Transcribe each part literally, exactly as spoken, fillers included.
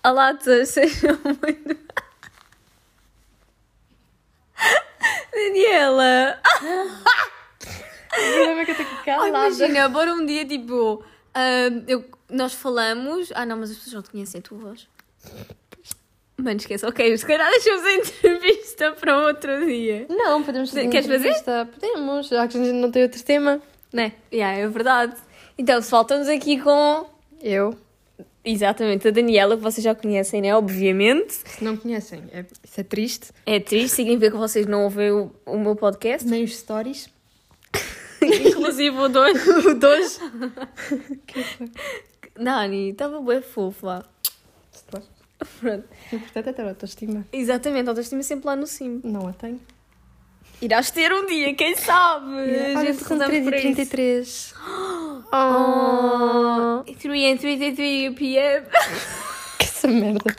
Olá a todos, sejam muito... Daniela! O problema é que eu estou aqui Ai, imagina, bora um dia tipo... Uh, eu, nós falamos... Ah não, mas as pessoas não te conhecem a tua voz. Mano, esquece. Ok, se calhar deixamos a entrevista para outro dia. Não, podemos fazer Queres entrevista. Fazer? Podemos, já que a gente não tem outro tema. Né? Yeah, é verdade. Então, se faltamos aqui com... Eu. Exatamente, a Daniela, que vocês já conhecem, né? Obviamente. Se não conhecem, é, isso é triste. É triste, significa que vocês não ouvem o, o meu podcast. Nem os stories. Inclusive o dois. O dois. Nani, estava bem fofa. Pronto. O importante é ter autoestima. Exatamente, a autoestima sempre lá no cimo. Não a tenho. Irás ter um dia, quem sabe? Yeah. A Olha, gente são três e trinta e três. Oh, three and thirty-three p m Que essa merda.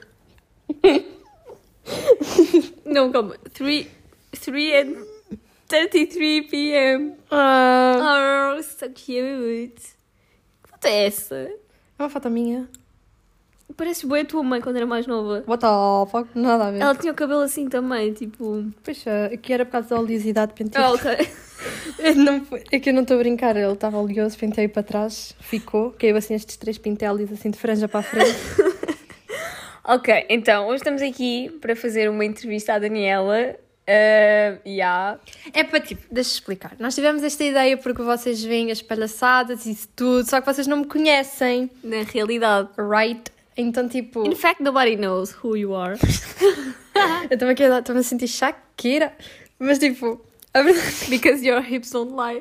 Não, calma. three and thirty-three p m Ah. Oh, so cute. Que foto é essa? É uma foto minha. Pareces boa a tua mãe quando era mais nova. What the fuck? Nada a ver. Ela tinha o cabelo assim também, tipo... Poxa, aqui era por causa da oleosidade, pentei. Oh, ok. É, não foi, é que eu não estou a brincar, ele estava oleoso, pentei para trás, ficou, caiu assim estes três pintelis assim de franja para a frente. Ok, então, hoje estamos aqui para fazer uma entrevista à Daniela. Uh, yeah. É para tipo, deixa-me explicar. Nós tivemos esta ideia porque vocês veem as palhaçadas e isso tudo, só que vocês não me conhecem. Na realidade. Right? Então tipo... In fact, nobody knows who you are. eu estou aqui a estou-me a sentir Shakira, mas tipo... A verdade... Because your hips don't lie.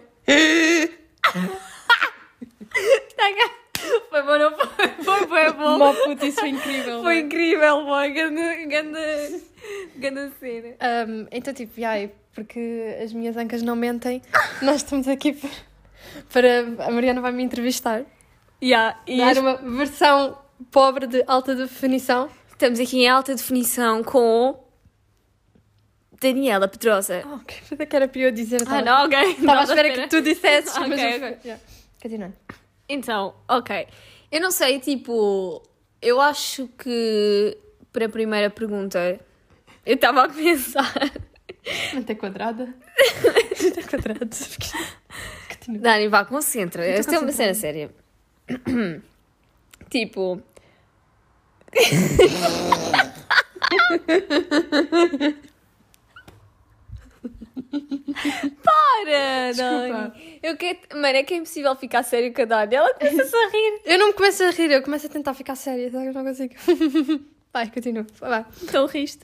Foi bom, não foi? Foi, foi bom. Uma puta, isso foi incrível. Foi incrível, boy. Ganda, ganda, ganda cena. Um, então tipo, ai, porque as minhas ancas não mentem, nós estamos aqui para... para a Mariana vai me entrevistar. Yeah, e Dar as... uma versão pobre de alta definição. Estamos aqui em alta definição com... Daniela Pedrosa. Oh, ok, pensei que era para eu dizer. Ah, não, ok. Estava à espera que tu dissesses, Ok, mas... ok. Eu... Yeah. Continuando. Então, ok. Eu não sei, tipo... Eu acho que... Para a primeira pergunta... Eu estava a pensar... Mente quadrada. Mente quadrada. Continua. Dani, vá, concentra. Esta é uma cena concentrada. séria. Tipo... Para, Dani. Eu quero... Mano, é que é impossível ficar sério com a Dani. Ela começa-se a rir. Eu não me começo a rir, eu começo a tentar ficar séria, só que eu não consigo. Vai, continua. Vai. Então riste.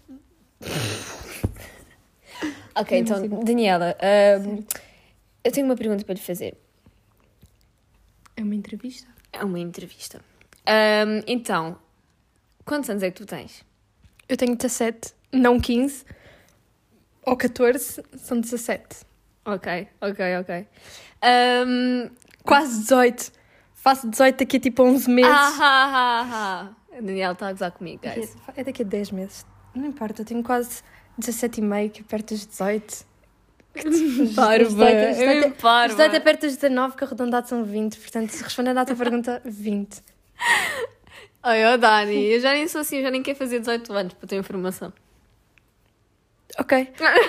Ok, então, Daniela, um, eu tenho uma pergunta para lhe fazer. É uma entrevista? É uma entrevista. Um, então, quantos anos é que tu tens? Eu tenho dezassete, não quinze. Ou catorze, são dezassete. Ok, ok, ok. Um, Quase dezoito. Faço dezoito daqui a tipo onze meses. ah, ah, ah, ah. A Daniela está a gozar comigo, guys. É daqui a dez meses. Não importa, eu tenho quase dezassete e meio, que é perto dos dezoito. Parva, é parva. dezoito é perto dos dezanove, que arredondado são vinte. Portanto, se respondendo à tua pergunta, vinte. Ai, oh, Dani, eu já nem sou assim, eu já nem quero fazer dezoito anos, para ter informação. Ok.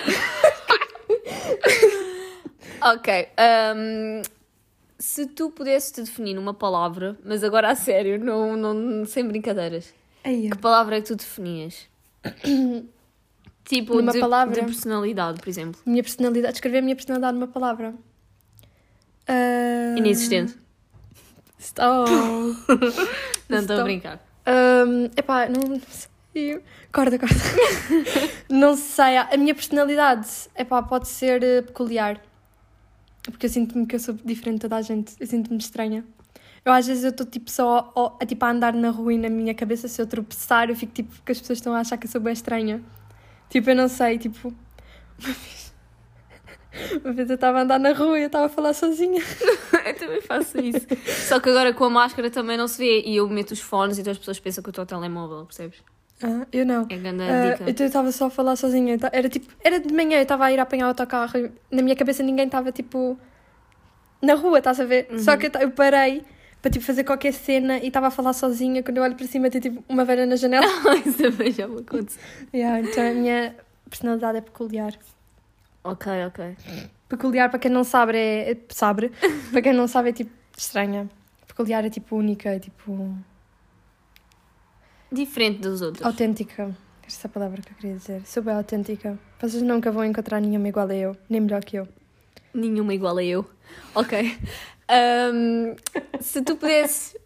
Ok. Um, se tu pudesses te definir numa palavra, mas agora a sério, não, não, sem brincadeiras, Aí, que palavra é que tu definias? Tipo, Numa de, palavra? de personalidade, por exemplo. minha personalidade. Descrever a minha personalidade numa palavra. Uh... Inexistente. Estou. Não, estou a brincar. Um, epá, não sei. Corta, corta. Não sei. A minha personalidade, epá, pode ser uh, peculiar. Porque eu sinto-me que eu sou diferente de toda a gente. Eu sinto-me estranha. Eu às vezes eu estou tipo só a, a, tipo, a andar na rua e na minha cabeça, se eu tropeçar, eu fico tipo que as pessoas estão a achar que eu sou bem estranha. Tipo, eu não sei, tipo... Uma vez, uma vez eu estava a andar na rua e eu estava a falar sozinha. Eu também faço isso. Só que agora com a máscara também não se vê. E eu meto os fones e então as pessoas pensam que eu estou ao telemóvel, percebes? Ah, eu não. É grande Uh, dica. então eu estava só a falar sozinha. Era tipo... Era de manhã, eu estava a ir a apanhar o autocarro e na minha cabeça ninguém estava tipo... Na rua, estás a ver? Uhum. Só que eu, eu parei para tipo, fazer qualquer cena e estava a falar sozinha. Quando eu olho para cima, tem tipo uma velha na janela. Isso também já me aconteceu. Yeah, então a minha personalidade é peculiar. Ok, ok. Peculiar, para quem não sabe, é, é sabe. Para quem não sabe, é tipo estranha. Peculiar é tipo única, é tipo Diferente dos outros. autêntica. Esta é a palavra que eu queria dizer. Sou bem autêntica. Vocês nunca vão encontrar nenhuma igual a eu, nem melhor que eu. Nenhuma igual a eu. Ok. Um, se tu pudesses...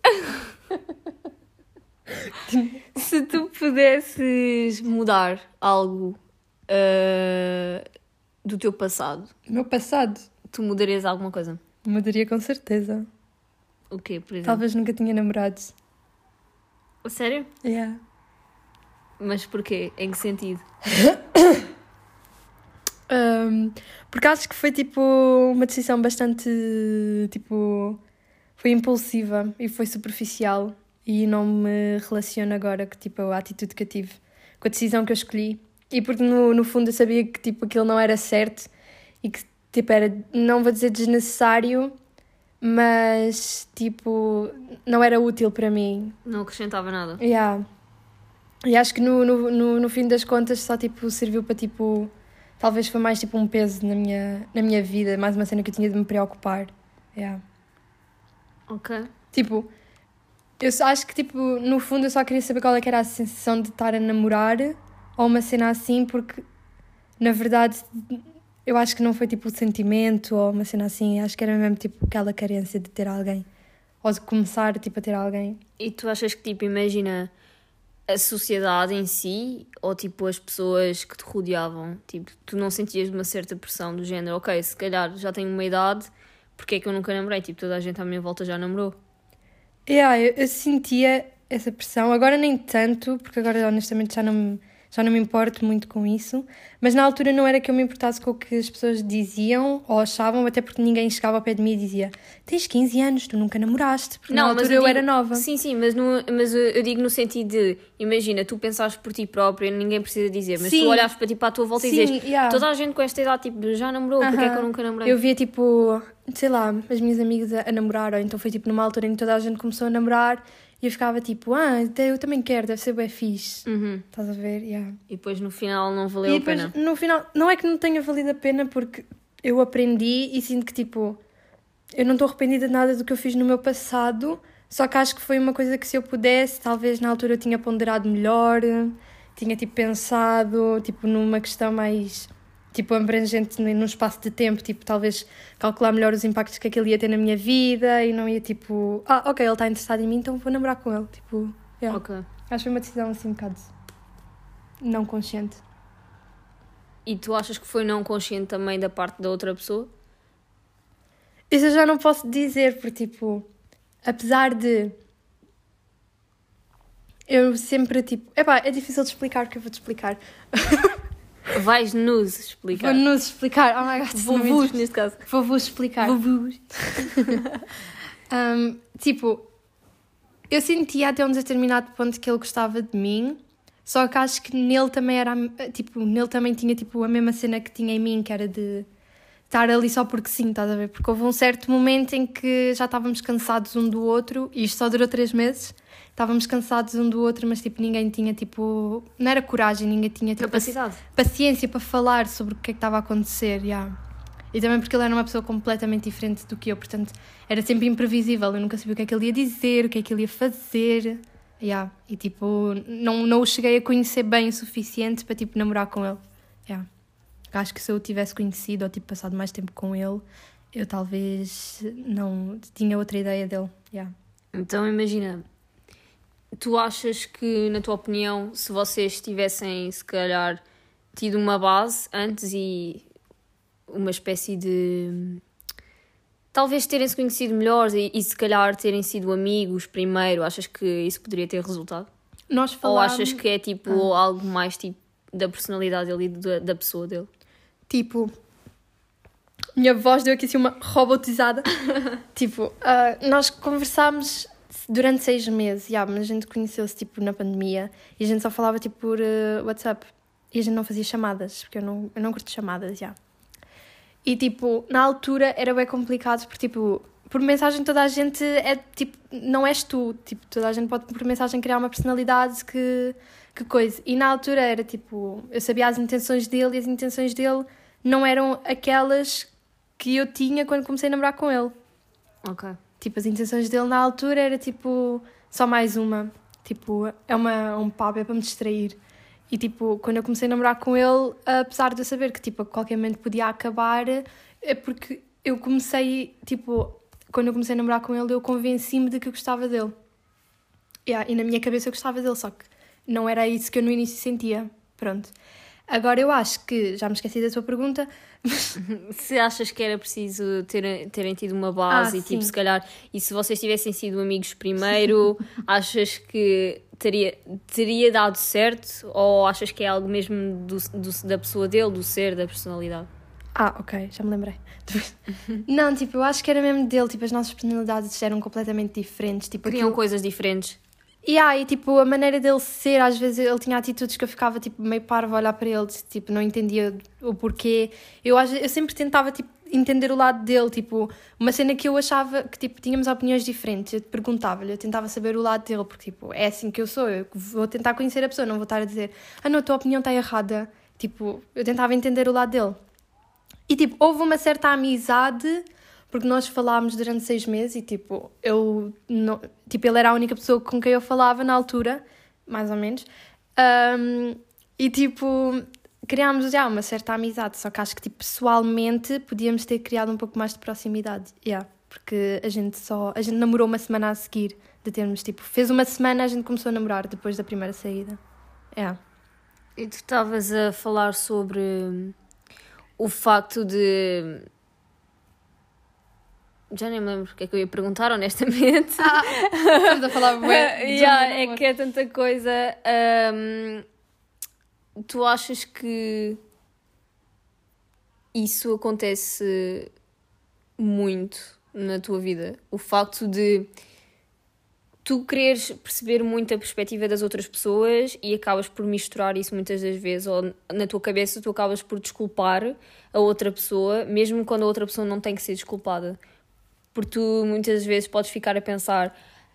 se tu pudesses mudar algo uh, do teu passado, O meu passado tu mudarias alguma coisa? mudaria com certeza. O quê, por exemplo? Talvez nunca tinha namorados. A sério? Yeah. Mas porquê? Em que sentido? Um, porque acho que foi tipo uma decisão bastante tipo foi impulsiva e foi superficial e não me relaciono agora com tipo a atitude que eu tive com a decisão que eu escolhi e porque no, no fundo eu sabia que tipo aquilo não era certo e que tipo era, não vou dizer desnecessário, mas tipo não era útil para mim. Não acrescentava nada. Yeah. E acho que no, no, no, no fim das contas só tipo serviu para tipo talvez foi mais tipo um peso na minha, na minha vida, mais uma cena que eu tinha de me preocupar. Yeah. Ok. Tipo, eu só- acho que tipo, no fundo eu só queria saber qual é que era a sensação de estar a namorar ou uma cena assim, porque na verdade eu acho que não foi tipo o sentimento ou uma cena assim, acho que era mesmo tipo aquela carência de ter alguém ou de começar tipo a ter alguém. E tu achas que, tipo, imagina a sociedade em si ou, tipo, as pessoas que te rodeavam, tipo, tu não sentias uma certa pressão do género, ok, se calhar já tenho uma idade, porque é que eu nunca namorei? Tipo, toda a gente à minha volta já namorou. Yeah, eu, eu sentia essa pressão, agora nem tanto, porque agora honestamente já não, me- já não me importo muito com isso, mas na altura não era que eu me importasse com o que as pessoas diziam ou achavam, até porque ninguém chegava ao pé de mim e dizia tens quinze anos, tu nunca namoraste, porque na altura eu, digo- era nova. Sim, sim, mas, no, mas eu, eu digo no sentido de, imagina, tu pensares por ti própria, ninguém precisa dizer, mas Sim. tu olhavas para ti para a tua volta Sim, e dizes, yeah. toda a gente com esta idade, tipo, já namorou, porque é que eu Aham. nunca namorei? Eu via tipo, sei lá, as minhas amigas a, a namorar, ou então foi tipo numa altura em que toda a gente começou a namorar e eu ficava tipo, ah, eu também quero, deve ser bem fixe. Uhum. Estás a ver? Yeah. E depois no final não valeu E a depois, pena. no final, não é que não tenha valido a pena, porque eu aprendi e sinto que, tipo, eu não estou arrependida de nada do que eu fiz no meu passado, só que acho que foi uma coisa que se eu pudesse, talvez na altura eu tinha ponderado melhor, tinha, tipo, pensado, tipo, numa questão mais, tipo, abrangente num espaço de tempo, tipo, talvez calcular melhor os impactos que aquilo ia ter na minha vida e não ia, tipo, ah, ok, ele está interessado em mim, então vou namorar com ele, tipo, yeah. Ok. Acho que foi uma decisão, assim, um bocado não consciente. E tu achas que foi não consciente também da parte da outra pessoa? Isso eu já não posso dizer, porque, tipo, apesar de eu sempre, tipo... Epá, é difícil de explicar, porque eu vou-te explicar. Vais-nos explicar. Vou-nos explicar. Oh my God, isso não me Vou-vos, interessa. neste caso. Vou-vos explicar. Vou-vos. Um, tipo, eu sentia até um determinado ponto que ele gostava de mim, só que acho que nele também era, tipo, nele também tinha, tipo, a mesma cena que tinha em mim, que era de estar ali só porque sim, estás a ver? Porque houve um certo momento em que já estávamos cansados um do outro, e isto só durou três meses, estávamos cansados um do outro, mas, tipo, ninguém tinha, tipo, não era coragem, ninguém tinha, tipo, Capacidade. paciência para falar sobre o que é que estava a acontecer, yeah. E também porque ele era uma pessoa completamente diferente do que eu, portanto, era sempre imprevisível, eu nunca sabia o que é que ele ia dizer, o que é que ele ia fazer, yeah. E, tipo, não, não o cheguei a conhecer bem o suficiente para, tipo, namorar com ele, yeah. Acho que se eu o tivesse conhecido ou, tipo, passado mais tempo com ele, eu talvez não tinha outra ideia dele, yeah. Então, imagina, tu achas que, na tua opinião, se vocês tivessem, se calhar, tido uma base antes e uma espécie de... talvez terem-se conhecido melhor e, e, se calhar, terem sido amigos primeiro, achas que isso poderia ter resultado? Nós Ou falámos... achas que é, tipo, Ah. algo mais, tipo, da personalidade dele e da, da pessoa dele? Tipo, minha voz deu aqui assim uma robotizada. Tipo, ah, nós conversámos durante seis meses, yeah, mas a gente conheceu-se tipo na pandemia e a gente só falava tipo por uh, WhatsApp e a gente não fazia chamadas, porque eu não, eu não curto chamadas, já. Yeah. E tipo, na altura era bem complicado porque tipo, por mensagem toda a gente é tipo, não és tu, tipo, toda a gente pode por mensagem criar uma personalidade que, que coisa. E na altura era tipo, eu sabia as intenções dele e as intenções dele não eram aquelas que eu tinha quando comecei a namorar com ele. Ok. Tipo, as intenções dele na altura era tipo, só mais uma. Tipo, é uma, um pub, é para me distrair. E tipo, quando eu comecei a namorar com ele, apesar de eu saber que tipo, a qualquer momento podia acabar, é porque eu comecei, tipo, quando eu comecei a namorar com ele, eu convenci-me de que eu gostava dele. Yeah, e na minha cabeça eu gostava dele, só que não era isso que eu no início sentia. Pronto. Agora eu acho que, já me esqueci da tua pergunta. Se achas que era preciso ter, terem tido uma base Ah, e tipo, sim. se calhar, e se vocês tivessem sido amigos primeiro, achas que teria, teria dado certo? Ou achas que é algo mesmo do, do, da pessoa dele, do ser, da personalidade? Ah, ok, já me lembrei. Não, tipo, eu acho que era mesmo dele, tipo, as nossas personalidades eram completamente diferentes. Tipo, Queriam aquilo... coisas diferentes. E aí, tipo, a maneira dele ser, às vezes ele tinha atitudes que eu ficava, tipo, meio parva a olhar para ele, tipo, não entendia o porquê. Eu, eu sempre tentava, tipo, entender o lado dele, tipo, uma cena que eu achava que, tipo, tínhamos opiniões diferentes, eu perguntava-lhe, eu tentava saber o lado dele, porque, tipo, é assim que eu sou, eu vou tentar conhecer a pessoa, não vou estar a dizer, ah, não, a tua opinião está errada. Tipo, eu tentava entender o lado dele. E, tipo, houve uma certa amizade... Porque nós falámos durante seis meses e, tipo, eu não, tipo, ele era a única pessoa com quem eu falava na altura, mais ou menos. Um, e, tipo, criámos já uma certa amizade, só que acho que, tipo, pessoalmente podíamos ter criado um pouco mais de proximidade. Yeah, porque a gente só... A gente namorou uma semana a seguir de termos, tipo... Fez uma semana a gente começou a namorar depois da primeira saída. Yeah. E tu estavas a falar sobre o facto de... Já nem me lembro o que é que eu ia perguntar, honestamente. Ah, estamos a falar bué. yeah, é que é tanta coisa. Um, tu achas que isso acontece muito na tua vida? O facto de tu quereres perceber muito a perspectiva das outras pessoas e acabas por misturar isso muitas das vezes, ou na tua cabeça tu acabas por desculpar a outra pessoa, mesmo quando a outra pessoa não tem que ser desculpada. Porque tu muitas vezes podes ficar a pensar,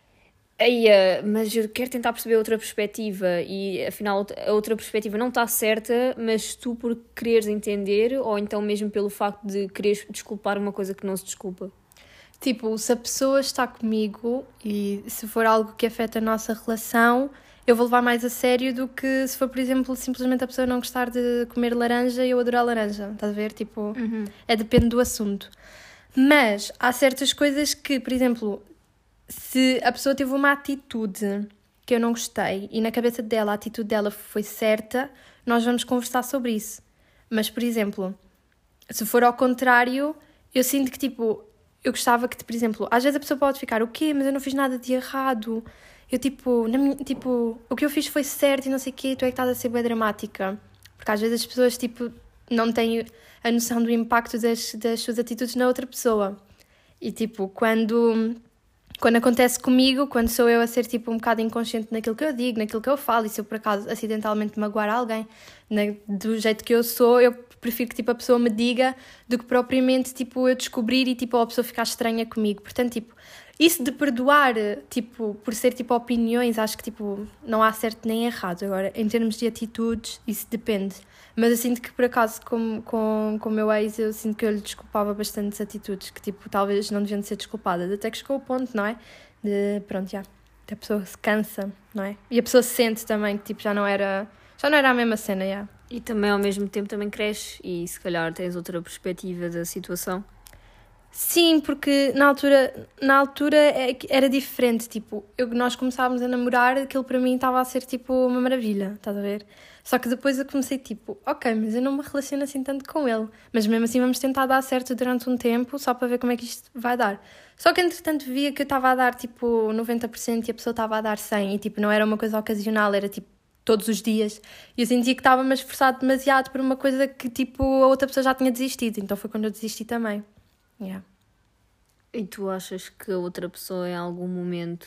Eia, mas eu quero tentar perceber outra perspectiva e afinal a outra perspectiva não está certa, mas tu por quereres entender ou então mesmo pelo facto de quereres desculpar uma coisa que não se desculpa. Tipo, se a pessoa está comigo e se for algo que afeta a nossa relação, eu vou levar mais a sério do que se for, por exemplo, simplesmente a pessoa não gostar de comer laranja e eu adorar laranja, estás a ver? Tipo, uhum. é depende do assunto. Mas há certas coisas que, por exemplo, se a pessoa teve uma atitude que eu não gostei e na cabeça dela a atitude dela foi certa, nós vamos conversar sobre isso. Mas, por exemplo, se for ao contrário, eu sinto que, tipo, eu gostava que, por exemplo, às vezes a pessoa pode ficar, o quê? Mas eu não fiz nada de errado. Eu, tipo, na minha, tipo, o que eu fiz foi certo e não sei o quê, tu é que estás a ser bem dramática. Porque às vezes as pessoas, tipo, não têm a noção do impacto das, das suas atitudes na outra pessoa. E, tipo, quando, quando acontece comigo, quando sou eu a ser, tipo, um bocado inconsciente naquilo que eu digo, naquilo que eu falo, e se eu, por acaso, acidentalmente magoar alguém, na, do jeito que eu sou, eu prefiro que, tipo, a pessoa me diga do que propriamente, tipo, eu descobrir e, tipo, a pessoa ficar estranha comigo. Portanto, tipo, isso de perdoar, tipo, por ser, tipo, opiniões, acho que, tipo, não há certo nem errado. Agora, em termos de atitudes, isso depende. Mas eu sinto que, por acaso, com, com, com o meu ex, eu sinto que eu lhe desculpava bastantes atitudes, que, tipo, talvez não deviam de ser desculpadas. Até que chegou o ponto, não é? De, pronto, já, a pessoa se cansa, não é? E a pessoa sente também que, tipo, já não era, já não era a mesma cena, já. E também, ao mesmo tempo, também cresces e, se calhar, tens outra perspectiva da situação. Sim, porque na altura, na altura era diferente, tipo, eu, nós começávamos a namorar, aquilo para mim estava a ser, tipo, uma maravilha, estás a ver? Só que depois eu comecei, tipo, ok, mas eu não me relaciono assim tanto com ele, mas mesmo assim vamos tentar dar certo durante um tempo, só para ver como é que isto vai dar. Só que, entretanto, via que eu estava a dar, tipo, noventa por cento e a pessoa estava a dar cem por cento, e, tipo, não era uma coisa ocasional, era, tipo, todos os dias, e eu sentia que estava-me a esforçar demasiado por uma coisa que, tipo, a outra pessoa já tinha desistido, então foi quando eu desisti também. Yeah. E tu achas que a outra pessoa em algum momento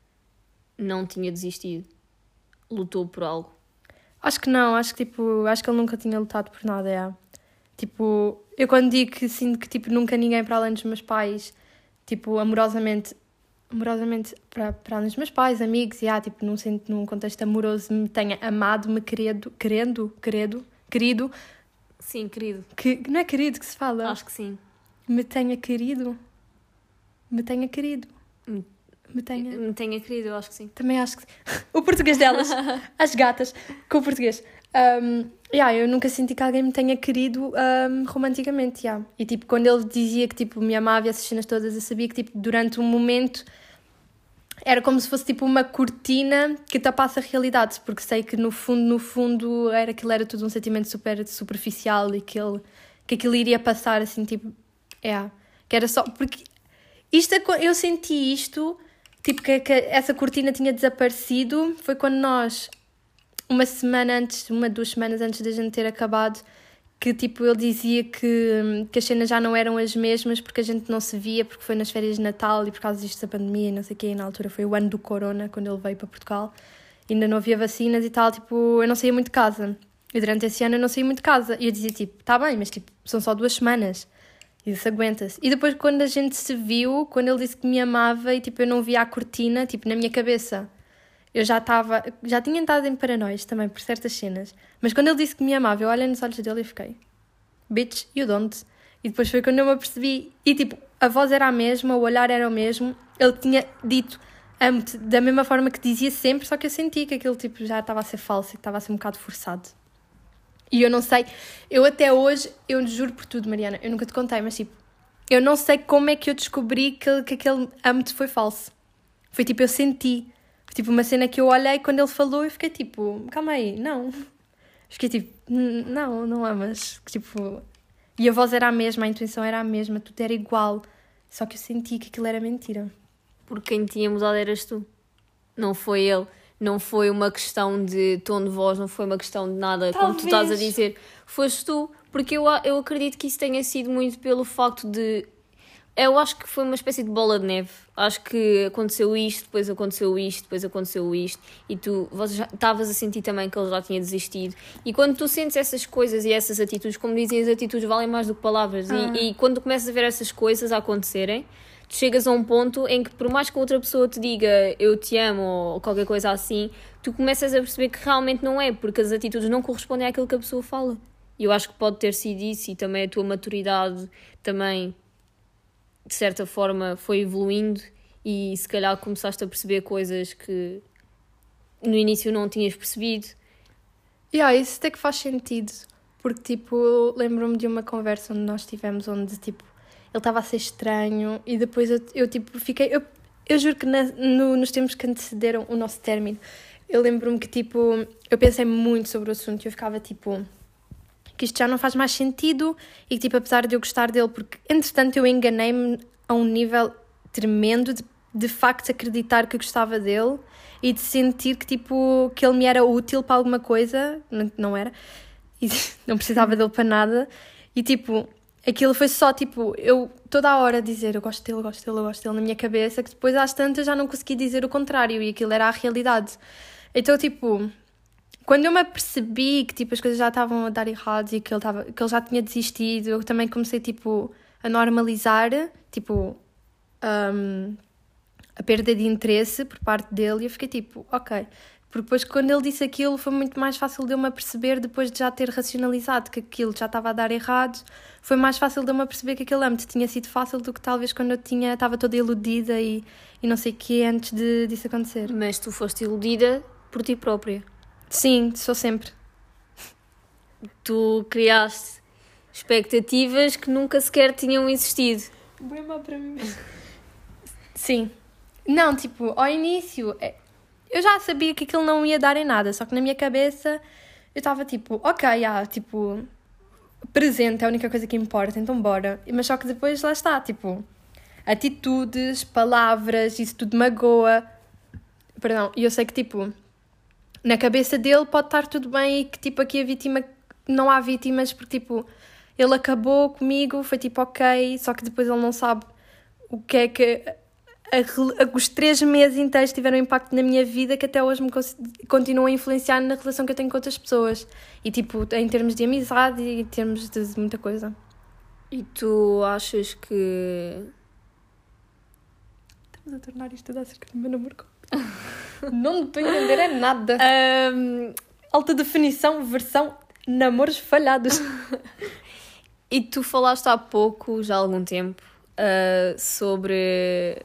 não tinha desistido? Lutou por algo? Acho que não, acho que tipo, acho que ele nunca tinha lutado por nada, é. Tipo, eu quando digo que sinto que tipo, nunca ninguém para além dos meus pais tipo, amorosamente, amorosamente para, para os meus pais, amigos, e ah, tipo, num, num contexto amoroso, me tenha amado, me querido, querendo, querido, querido. Sim, querido. Que, não é querido que se fala? Acho que sim. Me tenha querido. Me tenha querido. Me, me tenha... Me tenha querido, eu acho que sim. Também acho que sim. O português delas, as gatas, com o português. Um, yeah, eu nunca senti que alguém me tenha querido um, romanticamente, yeah. E tipo, quando ele dizia que tipo, me amava e essas cenas todas, eu sabia que tipo, durante um momento era como se fosse tipo uma cortina que tapasse a realidade, porque sei que no fundo, no fundo, era, aquilo era tudo um sentimento super superficial e que, ele, que aquilo iria passar assim, tipo, é, yeah, que era só, porque isto, eu senti isto, tipo, que, que essa cortina tinha desaparecido, foi quando nós, uma semana antes, uma, duas semanas antes da gente ter acabado, que tipo, ele dizia que, que as cenas já não eram as mesmas porque a gente não se via, porque foi nas férias de Natal e por causa disto da pandemia e não sei o quê, e na altura foi o ano do corona, quando ele veio para Portugal, ainda não havia vacinas e tal, tipo, eu não saía muito de casa, e durante esse ano eu não saía muito de casa, e eu dizia tipo, tá bem, mas tipo, são só duas semanas, e isso aguenta-se. E depois quando a gente se viu, quando ele disse que me amava e tipo, eu não via a cortina, tipo, na minha cabeça, eu já estava, já tinha entrado em paranoias também por certas cenas, mas quando ele disse que me amava, eu olhei nos olhos dele e fiquei, bitch, you don't. E depois foi quando eu me apercebi, e tipo, a voz era a mesma, o olhar era o mesmo, ele tinha dito amo-te da mesma forma que dizia sempre, só que eu senti que aquilo tipo, já estava a ser falso e que estava a ser um bocado forçado. E eu não sei, eu até hoje, eu juro por tudo, Mariana, eu nunca te contei, mas tipo, eu não sei como é que eu descobri que, que aquele amo-te foi falso. Foi tipo, eu senti. Tipo, uma cena que eu olhei quando ele falou e fiquei tipo, calma aí, não. Fiquei tipo, não, não amas. Tipo, e a voz era a mesma, a intuição era a mesma, tudo era igual. Só que eu senti que aquilo era mentira. Porque quem tinha mudado eras tu. Não foi ele. Não foi uma questão de tom de voz, não foi uma questão de nada, Talvez. como tu estás a dizer. Foste tu. Porque eu, eu acredito que isso tenha sido muito pelo facto de... Eu acho que foi uma espécie de bola de neve. Acho que aconteceu isto, depois aconteceu isto, depois aconteceu isto. E tu já estavas a sentir também que ele já tinha desistido. E quando tu sentes essas coisas e essas atitudes, como dizem, as atitudes valem mais do que palavras. Ah. E, e quando tu começas a ver essas coisas a acontecerem, tu chegas a um ponto em que, por mais que a outra pessoa te diga eu te amo ou qualquer coisa assim, tu começas a perceber que realmente não é, porque as atitudes não correspondem àquilo que a pessoa fala. E eu acho que pode ter sido isso, e também a tua maturidade também, de certa forma, foi evoluindo, e se calhar começaste a perceber coisas que no início não tinhas percebido. Yeah, isso até que faz sentido, porque tipo, lembro-me de uma conversa onde nós tivemos, onde tipo, ele estava a ser estranho, e depois eu, eu tipo, fiquei, eu, eu juro que na, no, nos tempos que antecederam o nosso término, eu lembro-me que tipo, eu pensei muito sobre o assunto, e eu ficava tipo, que isto já não faz mais sentido, e que tipo, apesar de eu gostar dele, porque entretanto eu enganei-me a um nível tremendo de, de facto acreditar que gostava dele, e de sentir que tipo, que ele me era útil para alguma coisa, não, não era, e não precisava dele para nada, e tipo, aquilo foi só tipo, eu toda a hora dizer eu gosto dele, eu gosto dele, eu gosto dele na minha cabeça, que depois às tantas já não consegui dizer o contrário, e aquilo era a realidade. Então tipo, quando eu me apercebi que tipo, as coisas já estavam a dar errado e que ele, estava, que ele já tinha desistido, eu também comecei tipo, a normalizar tipo, um, a perda de interesse por parte dele, e eu fiquei tipo, ok. Porque depois quando ele disse aquilo foi muito mais fácil de eu me aperceber, depois de já ter racionalizado que aquilo já estava a dar errado, foi mais fácil de eu me aperceber que aquele âmbito tinha sido fácil do que talvez quando eu tinha, estava toda iludida e, e não sei o que antes de, disso acontecer. Mas tu foste iludida por ti própria. Sim, sou sempre. Tu criaste expectativas que nunca sequer tinham existido. Bem mal para mim. Sim. Não, tipo, ao início... Eu já sabia que aquilo não ia dar em nada, só que na minha cabeça eu estava tipo, ok, yeah, tipo, presente é a única coisa que importa, então bora. Mas só que depois lá está, tipo, atitudes, palavras, isso tudo magoa. Perdão, e eu sei que tipo, na cabeça dele pode estar tudo bem e que tipo aqui a vítima, não há vítimas, porque tipo, ele acabou comigo, foi tipo ok, só que depois ele não sabe o que é que... A, a, os três meses inteiros tiveram um impacto na minha vida que até hoje me continua a influenciar na relação que eu tenho com outras pessoas. E tipo, em termos de amizade e em termos de muita coisa. E tu achas que Estás a tornar isto tudo acerca do meu namoro com... Não estou a entender é nada. Um, Alta definição, versão namoros falhados. e tu falaste há pouco, já há algum tempo, uh, sobre...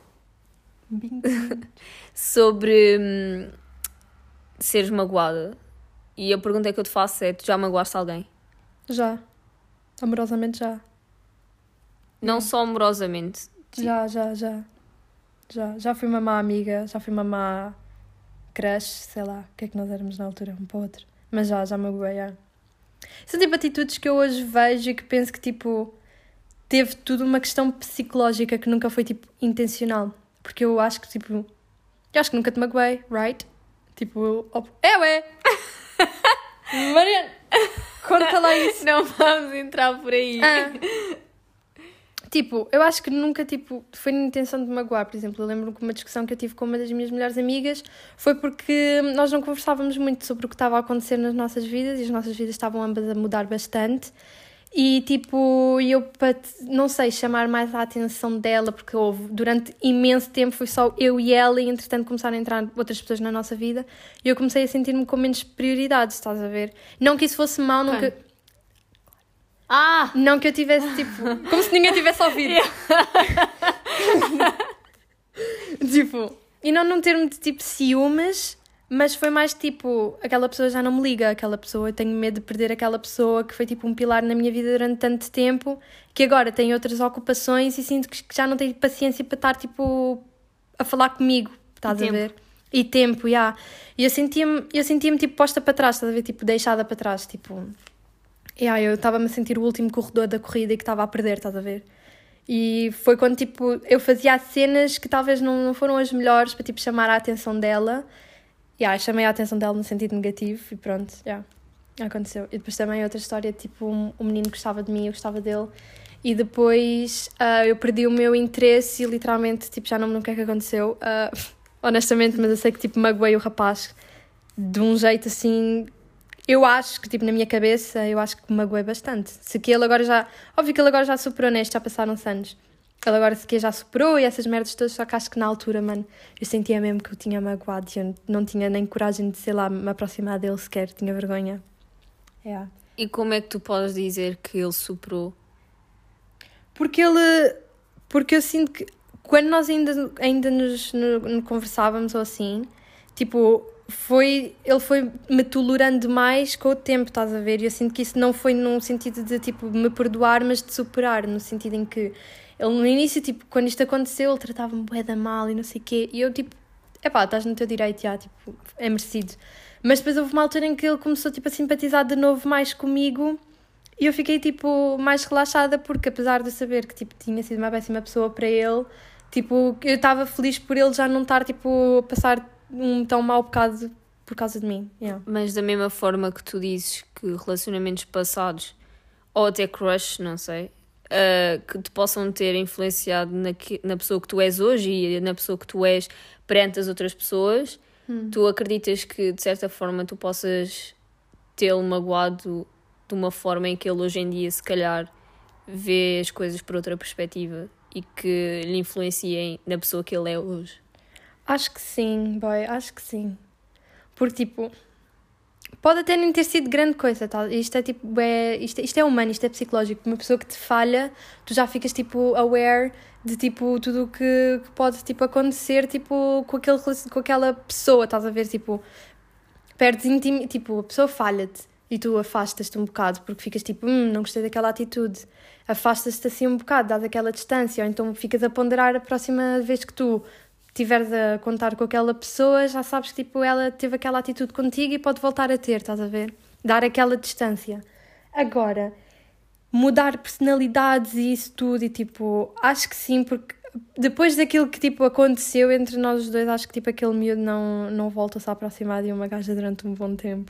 sobre hum, seres magoada. E a pergunta que eu te faço é, tu já magoaste alguém? Já. Amorosamente já. Não só amorosamente. Já, já, já. Já, já fui uma má amiga, já fui uma má crush, sei lá, o que é que nós éramos na altura, um para o outro. Mas já, já magoei, já. São tipo atitudes que eu hoje vejo e que penso que tipo teve tudo uma questão psicológica que nunca foi tipo intencional. Porque eu acho que tipo, eu acho que nunca te magoei, right? Tipo, op... é ué! Mariana, corta lá isso. Não vamos entrar por aí. Ah. Tipo, eu acho que nunca, tipo, foi na intenção de me magoar. Por exemplo, eu lembro-me que uma discussão que eu tive com uma das minhas melhores amigas foi porque nós não conversávamos muito sobre o que estava a acontecer nas nossas vidas e as nossas vidas estavam ambas a mudar bastante. E, tipo, eu, para, não sei, chamar mais a atenção dela, porque houve, durante imenso tempo, foi só eu e ela e, entretanto, começaram a entrar outras pessoas na nossa vida e eu comecei a sentir-me com menos prioridades, estás a ver? Não que isso fosse mau, nunca... Ah! Não que eu tivesse, tipo... Como se ninguém tivesse ouvido. Tipo... E não não ter-me de, tipo, ciúmes, mas foi mais, tipo... Aquela pessoa já não me liga, aquela pessoa... Eu tenho medo de perder aquela pessoa que foi, tipo, um pilar na minha vida durante tanto tempo, que agora tem outras ocupações e sinto que já não tem paciência para estar, tipo... A falar comigo, estás a ver? E tempo, já. Yeah. E eu sentia-me, eu sentia-me, tipo, posta para trás, estás a ver? Tipo, deixada para trás, tipo... Yeah, eu estava-me a sentir o último corredor da corrida e que estava a perder, estás a ver? E foi quando, tipo, eu fazia cenas que talvez não, não foram as melhores para, tipo, chamar a atenção dela. Yeah, chamei a atenção dela no sentido negativo e pronto, yeah, aconteceu. E depois também outra história, tipo, um, um menino gostava de mim, eu gostava dele. E depois uh, eu perdi o meu interesse e literalmente, tipo, já não me lembro o que é que aconteceu. Uh, honestamente, mas eu sei que, tipo, magoei o rapaz de um jeito, assim... Eu acho que, tipo, na minha cabeça, eu acho que me magoei bastante. Se que ele agora já... Óbvio que ele agora já superou, né? Já passaram-se anos. Ele agora se que já superou e essas merdas todas, só que acho que na altura, mano, eu sentia mesmo que eu tinha magoado e eu não tinha nem coragem de, sei lá, me aproximar dele sequer. Tinha vergonha. Yeah. E como é que tu podes dizer que ele superou? Porque ele... Porque eu sinto que quando nós ainda, ainda nos, no, no conversávamos ou assim, tipo... Foi, ele foi-me tolerando mais com o tempo, estás a ver? E eu sinto que isso não foi num sentido de, tipo, me perdoar, mas de superar, no sentido em que ele no início, tipo, quando isto aconteceu, ele tratava-me bué da mal e não sei o quê, e eu, tipo, epá, estás no teu direito, já, tipo, é merecido. Mas depois houve uma altura em que ele começou, tipo, a simpatizar de novo mais comigo e eu fiquei, tipo, mais relaxada porque, apesar de eu saber que, tipo, tinha sido uma péssima pessoa para ele, tipo, eu estava feliz por ele já não estar, tipo, a passar um tão mau bocado por causa de mim. Yeah. Mas da mesma forma que tu dizes que relacionamentos passados ou até crush, não sei, uh, que te possam ter influenciado na, que, na pessoa que tu és hoje e na pessoa que tu és perante as outras pessoas, hum. tu acreditas que de certa forma tu possas tê-lo magoado de uma forma em que ele hoje em dia se calhar vê as coisas por outra perspectiva e que lhe influenciem na pessoa que ele é hoje? Acho que sim, boy, acho que sim. Porque, tipo, pode até nem ter sido grande coisa, tá? Isto é, tipo, é, isto, isto é humano, isto é psicológico. Uma pessoa que te falha, tu já ficas, tipo, aware de, tipo, tudo o que, que pode, tipo, acontecer, tipo, com, aquele, com aquela pessoa, estás a ver? Tipo, perdes intimidade, tipo, a pessoa falha-te e tu afastas-te um bocado porque ficas, tipo, hum, não gostei daquela atitude. Afastas-te assim um bocado, dás aquela distância, ou então ficas a ponderar a próxima vez que tu tiveres a contar com aquela pessoa, já sabes que, tipo, ela teve aquela atitude contigo e pode voltar a ter, estás a ver? Dar aquela distância. Agora, mudar personalidades e isso tudo, e, tipo, acho que sim, porque depois daquilo que, tipo, aconteceu entre nós os dois, acho que, tipo, aquele miúdo não, não volta a se aproximar de uma gaja durante um bom tempo.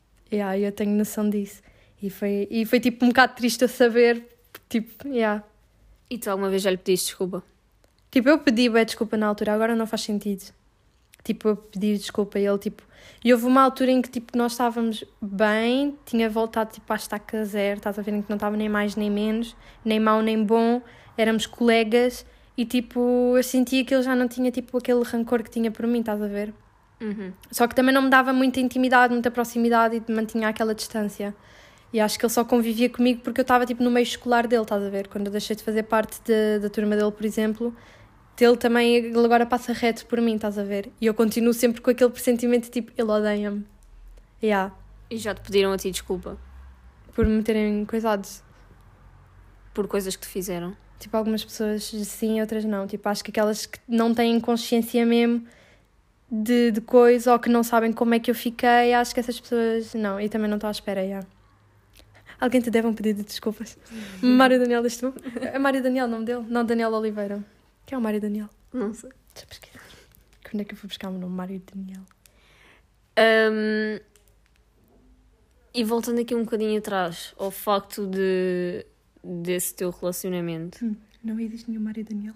E yeah, eu tenho noção disso. E foi, e foi, tipo, um bocado triste eu saber, tipo, yeah. E tu alguma vez já lhe pediste desculpa? Tipo, eu pedi bem desculpa na altura, agora não faz sentido. Tipo, eu pedi desculpa a ele, tipo... E houve uma altura em que, tipo, nós estávamos bem, tinha voltado, tipo, à estaca zero, estás a ver, em que não estava nem mais nem menos, nem mau nem bom, éramos colegas, e tipo, eu sentia que ele já não tinha tipo aquele rancor que tinha por mim, estás a ver? Uhum. Só que também não me dava muita intimidade, muita proximidade e mantinha aquela distância. E acho que ele só convivia comigo porque eu estava tipo no meio escolar dele, estás a ver? Quando eu deixei de fazer parte de, da turma dele, por exemplo, ele também ele agora passa reto por mim, estás a ver? E eu continuo sempre com aquele pressentimento tipo, ele odeia-me. Yeah. E já te pediram a ti desculpa? Por me terem coisado. Por coisas que te fizeram? Tipo, algumas pessoas sim, outras não. Tipo, acho que aquelas que não têm consciência mesmo de, de coisa ou que não sabem como é que eu fiquei, acho que essas pessoas não. E também não estou à espera, yeah. Alguém te deve um pedido de desculpas. Uhum. Mário Daniel, deste tu? É Mário Daniel o nome dele? Não, Daniel Oliveira. Quem é o Mário Daniel? Não sei. Deixa eu pesquisar. Quando é que eu fui buscar o nome Mário Daniel? Um, e voltando aqui um bocadinho atrás, ao facto de, desse teu relacionamento. Hum, não existe nenhum Mário Daniel.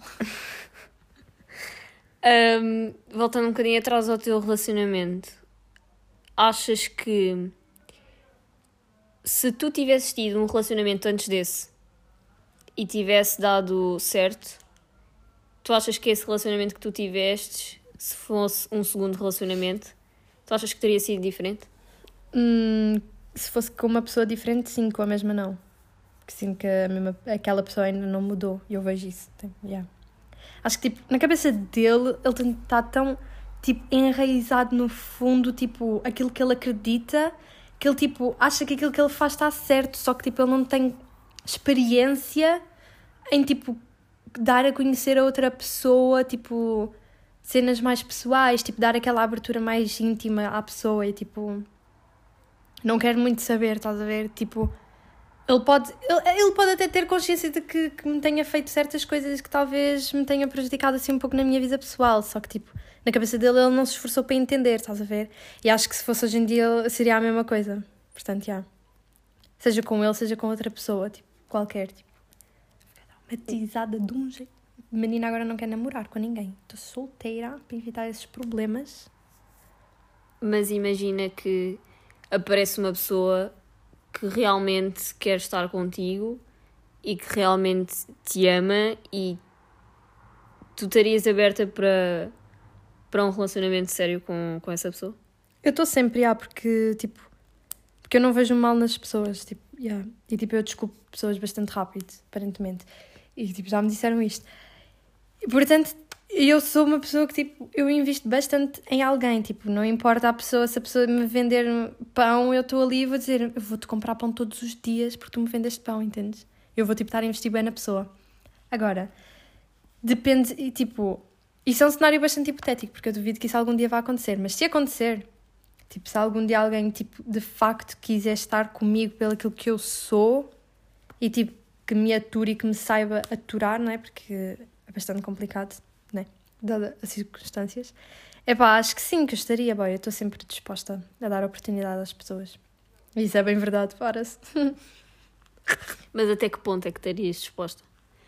um, voltando um bocadinho atrás ao teu relacionamento, achas que se tu tivesses tido um relacionamento antes desse e tivesse dado certo, tu achas que esse relacionamento que tu tivestes, se fosse um segundo relacionamento, tu achas que teria sido diferente? Hum, se fosse com uma pessoa diferente, sim, com a mesma não. Porque sinto que a mesma, aquela pessoa ainda não mudou e eu vejo isso. Yeah. Acho que tipo, na cabeça dele, ele está tão tipo, enraizado no fundo, tipo, aquilo que ele acredita, que ele tipo, acha que aquilo que ele faz está certo, só que tipo, ele não tem experiência em tipo dar a conhecer a outra pessoa, tipo, cenas mais pessoais, tipo, dar aquela abertura mais íntima à pessoa e tipo, não quero muito saber, estás a ver? Tipo, ele pode, ele, ele pode até ter consciência de que, que me tenha feito certas coisas que talvez me tenha prejudicado assim um pouco na minha vida pessoal, só que tipo, na cabeça dele ele não se esforçou para entender, estás a ver? E acho que se fosse hoje em dia seria a mesma coisa, portanto, já. Seja com ele, seja com outra pessoa, tipo, qualquer, tipo. Matizada de um jeito. Menina agora não quer namorar com ninguém. Estou solteira para evitar esses problemas. Mas imagina que aparece uma pessoa que realmente quer estar contigo e que realmente te ama e tu estarias aberta para, para um relacionamento sério com, com essa pessoa? Eu estou sempre, ah, porque, tipo, porque eu não vejo mal nas pessoas, tipo, yeah. E tipo, eu desculpo pessoas bastante rápido, aparentemente. E tipo, já me disseram isto. E, portanto, eu sou uma pessoa que, tipo, eu invisto bastante em alguém, tipo, não importa a pessoa, se a pessoa me vender pão, eu estou ali e vou dizer, eu vou-te comprar pão todos os dias porque tu me vendeste pão, entendes? Eu vou, tipo, estar a investir bem na pessoa. Agora, depende, e tipo, isso é um cenário bastante hipotético, porque eu duvido que isso algum dia vá acontecer, mas se acontecer, tipo, se algum dia alguém, tipo, de facto quiser estar comigo pelo aquilo que eu sou e, tipo, que me ature e que me saiba aturar, não é? Porque é bastante complicado, não é? Dadas as circunstâncias. É pá, acho que sim, que eu estaria, boy. Eu estou sempre disposta a dar oportunidade às pessoas. Isso é bem verdade, para-se. Mas até que ponto é que estarias disposta?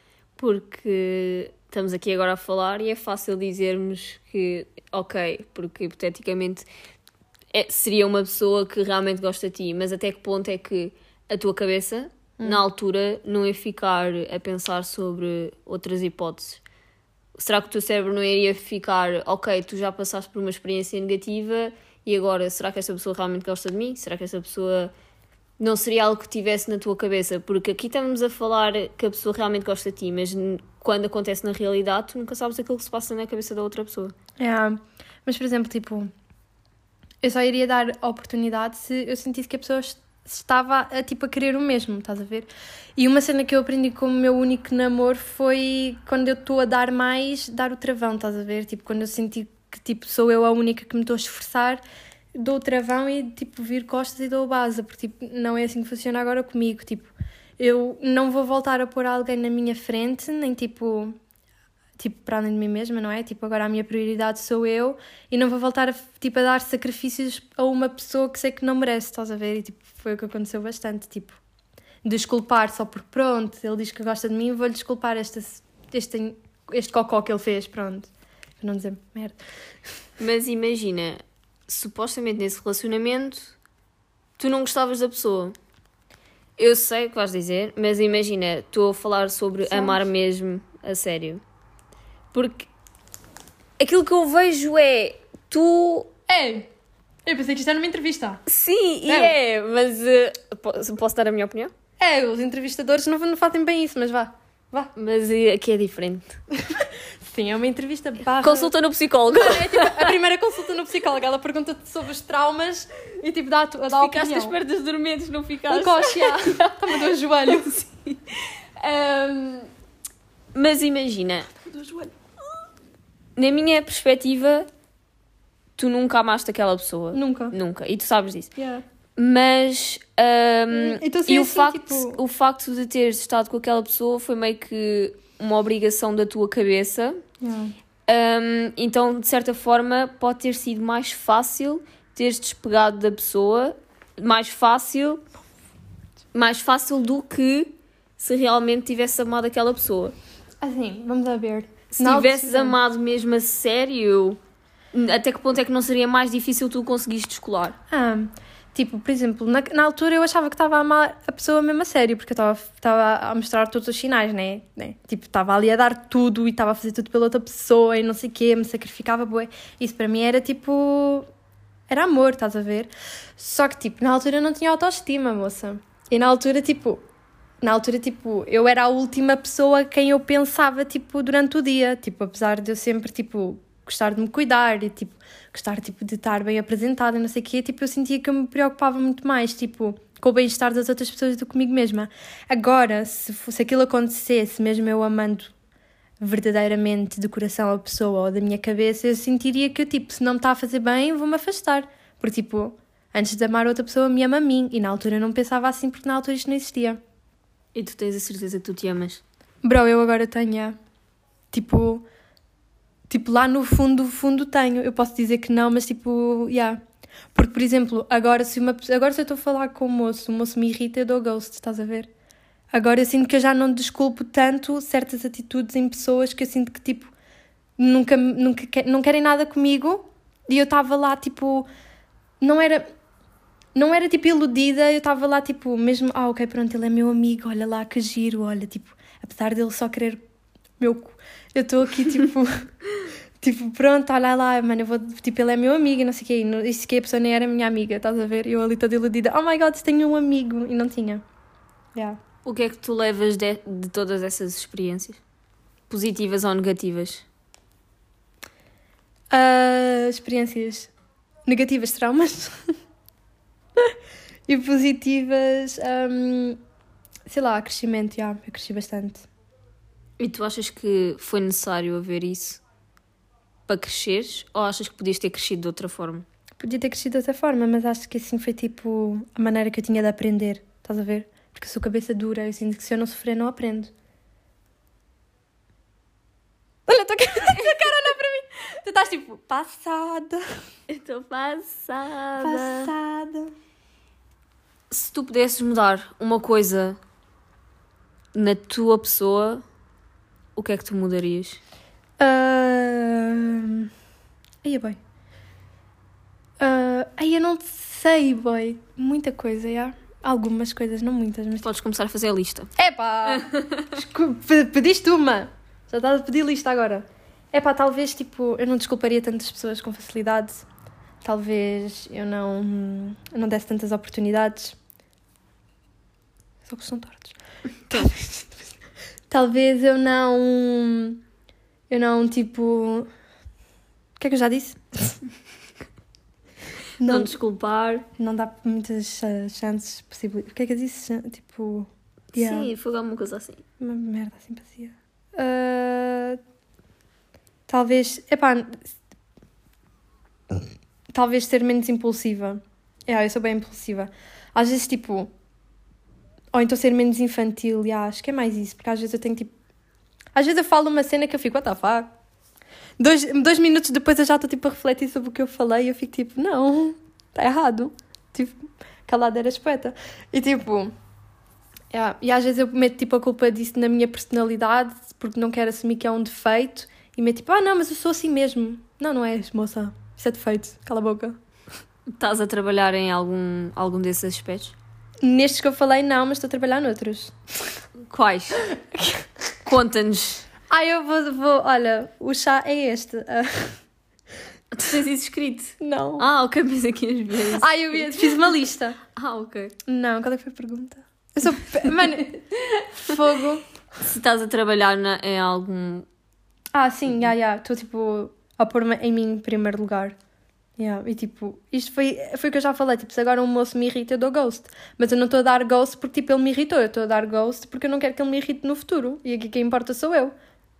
Porque estamos aqui agora a falar e é fácil dizermos que, ok, porque hipoteticamente é, seria uma pessoa que realmente gosta de ti, mas até que ponto é que a tua cabeça, hum. na altura, não ia ficar a pensar sobre outras hipóteses? Será que o teu cérebro não iria ficar, ok, tu já passaste por uma experiência negativa e agora, será que essa pessoa realmente gosta de mim? Será que essa pessoa não seria algo que tivesse na tua cabeça? Porque aqui estamos a falar que a pessoa realmente gosta de ti, mas quando acontece na realidade, tu nunca sabes aquilo que se passa na cabeça da outra pessoa. É, mas por exemplo, tipo, eu só iria dar a oportunidade se eu sentisse que a pessoa estava a, tipo, a querer o mesmo, estás a ver? E uma cena que eu aprendi como meu único namoro foi quando eu estou a dar mais, dar o travão, estás a ver? Tipo, quando eu senti que tipo, sou eu a única que me estou a esforçar, dou o travão e tipo, vir costas e dou a base, porque tipo, não é assim que funciona agora comigo. Tipo, eu não vou voltar a pôr alguém na minha frente, nem tipo... tipo, para além de mim mesma, não é? Tipo, agora a minha prioridade sou eu e não vou voltar a, tipo, a dar sacrifícios a uma pessoa que sei que não merece, estás a ver? E, tipo, foi o que aconteceu bastante, tipo, desculpar só porque, pronto, ele diz que gosta de mim, vou-lhe desculpar este, este, este cocó que ele fez, pronto, para não dizer merda. Mas imagina, supostamente nesse relacionamento, tu não gostavas da pessoa. Eu sei o que vais dizer, mas imagina, estou a falar sobre Sabes? Amar mesmo, a sério. Porque aquilo que eu vejo é tu. É! Eu pensei que isto era uma entrevista. Sim, e É. é, mas uh, posso, posso dar a minha opinião? É, os entrevistadores não, não fazem bem isso, mas vá. Vá. Mas uh, aqui é diferente. Sim, é uma entrevista barra... Consulta no psicólogo. É tipo a primeira consulta no psicólogo. Ela pergunta-te sobre os traumas e tipo dá, dá a Ficaste opinião. às pernas dormentes, não ficaste? Um coche, já. Está-me a doer o joelho. Sim. Um, mas imagina, Está-me a doer o joelho. na minha perspectiva, tu nunca amaste aquela pessoa. Nunca. Nunca. E tu sabes disso. Yeah. Mas um, Então, assim, e o, assim, facto, tipo- o facto de teres estado com aquela pessoa foi meio que uma obrigação da tua cabeça. Yeah. Um, então, de certa forma, pode ter sido mais fácil teres despegado da pessoa, mais fácil, mais fácil do que se realmente tivesse amado aquela pessoa. Assim, vamos a ver. Se Na tivesses altura- amado mesmo a sério, até que ponto é que não seria mais difícil tu conseguires descolar? Ah, tipo, por exemplo, na, na altura eu achava que estava a amar a pessoa mesmo a sério, porque eu estava estava a mostrar todos os sinais, né? né? Tipo, estava ali a dar tudo e estava a fazer tudo pela outra pessoa e não sei o quê, me sacrificava, bué. Isso para mim era tipo... Era amor, estás a ver? Só que, tipo, na altura eu não tinha autoestima, moça. E na altura, tipo... Na altura, tipo, eu era a última pessoa a quem eu pensava, tipo, durante o dia. Tipo, apesar de eu sempre, tipo, gostar de me cuidar e, tipo, gostar, tipo, de estar bem apresentada e não sei o quê, tipo, eu sentia que eu me preocupava muito mais, tipo, com o bem-estar das outras pessoas do que comigo mesma. Agora, se, fosse aquilo acontecesse, mesmo eu amando verdadeiramente de coração a pessoa ou da minha cabeça, eu sentiria que eu, tipo, se não me está a fazer bem, vou-me afastar. Porque, tipo, antes de amar outra pessoa, me ama a mim. E na altura eu não pensava assim, porque na altura isto não existia. E tu tens a certeza que tu te amas? Bro, eu agora tenho, é. tipo, tipo, lá no fundo, fundo tenho. Eu posso dizer que não, mas tipo, yeah. Porque, por exemplo, agora se, uma, agora se eu estou a falar com o moço, o moço me irrita, eu dou ghost, estás a ver? Agora eu sinto que eu já não desculpo tanto certas atitudes em pessoas que eu sinto que, tipo, nunca, nunca quer, não querem nada comigo e eu estava lá, tipo, não era... Não era, tipo, iludida, eu estava lá, tipo, mesmo... Ah, ok, pronto, ele é meu amigo, olha lá, que giro, olha, tipo... Apesar dele só querer meu cu, eu estou aqui, tipo... tipo, pronto, olha lá, mano, eu vou... Tipo, ele é meu amigo e não sei o quê. E não- e se que a pessoa nem era minha amiga, estás a ver? Eu ali toda iludida. Oh my God, tenho um amigo. E não tinha. Yeah. O que é que tu levas de, de todas essas experiências? Positivas ou negativas? Ah, experiências negativas, traumas. E positivas, hum, sei lá, crescimento, já, eu cresci bastante. E tu achas que foi necessário haver isso para cresceres? Ou achas que podias ter crescido de outra forma? Podia ter crescido de outra forma, mas acho que assim foi tipo a maneira que eu tinha de aprender, estás a ver? Porque eu sou cabeça dura, eu sinto que se eu não sofrer não aprendo. Olha, a tua cara, a tua cara olha para mim. Tu estás tipo, passada, Eu estou passada. passada. Se tu pudesses mudar uma coisa na tua pessoa, o que é que tu mudarias? Uh... Aí, boy. Uh... Aí eu não sei, boy. Muita coisa, já. Algumas coisas, não muitas, mas... Podes começar a fazer a lista. Epá! Desculpa, pe- pediste uma! Já estás a pedir lista agora. Epá, talvez, tipo, eu não desculparia tantas pessoas com facilidade. Talvez eu não, eu não desse tantas oportunidades. Só que são tortos. Talvez, talvez eu não... Eu não, tipo... O que é que eu já disse? Não, não desculpar. Não dá muitas uh, chances possíveis. O que é que eu disse? Tipo... yeah. Sim, foi alguma coisa assim. Uma merda assim parecia. Uh, talvez... Epá... Talvez ser menos impulsiva. É, eu sou bem impulsiva. Às vezes, tipo... Ou então ser menos infantil. Yeah, acho que é mais isso. Porque às vezes eu tenho, tipo... Às vezes eu falo uma cena que eu fico... What the fuck? Dois, dois minutos depois eu já estou, tipo, a refletir sobre o que eu falei. E eu fico, tipo... Não. Está errado. Tipo... Calada era espeta. E, tipo... Yeah. E às vezes eu meto, tipo, a culpa disso na minha personalidade. Porque não quero assumir que é um defeito. E meto, tipo... Ah, não, mas eu sou assim mesmo. Não, não és, moça. Isso é defeito. Cala a boca. Estás a trabalhar em algum, algum desses aspectos? Nestes que eu falei, não, mas estou a trabalhar noutros. Quais? Conta-nos. Ah, eu vou, vou... Olha, o chá é este. Ah, Tu tens isso escrito? não. Ah, ok, mas aqui as vezes. Ah, eu ia- fiz uma lista. Ah, ok. Não, qual é que foi a pergunta? Eu sou... pe- Mano, fogo. Se estás a trabalhar na, em algum... Ah, sim, já, já. Estou, tipo, a pôr-me em mim em primeiro lugar. Yeah. E, tipo, isto foi, foi o que eu já falei. Tipo, se agora um moço me irrita, eu dou ghost. Mas eu não estou a dar ghost porque, tipo, ele me irritou. Eu estou a dar ghost porque eu não quero que ele me irrite no futuro. E aqui quem importa sou eu.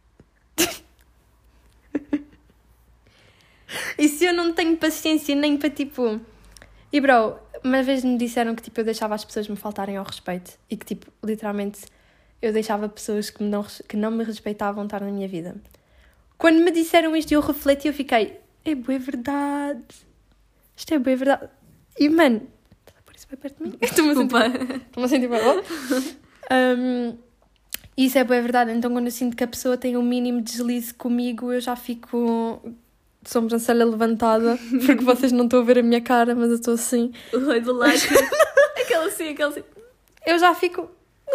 E se eu não tenho paciência nem para, tipo... E, bro, uma vez me disseram que, tipo, eu deixava as pessoas me faltarem ao respeito. E que, tipo, literalmente, eu deixava pessoas que, me não, que não me respeitavam estar na minha vida. Quando me disseram isto, eu refleti e eu fiquei... É boa verdade. Isto é boa verdade. E, mano... Por isso vai perto de mim. Estou-me a sentir... Estou-me a sentir bem. Um, isso é boa verdade. Então, quando eu sinto que a pessoa tem um mínimo deslize comigo, eu já fico... de sobrancelha levantada, porque vocês não estão a ver a minha cara, mas eu estou assim. O rei do like. Aquela assim, aquela assim. Eu já fico...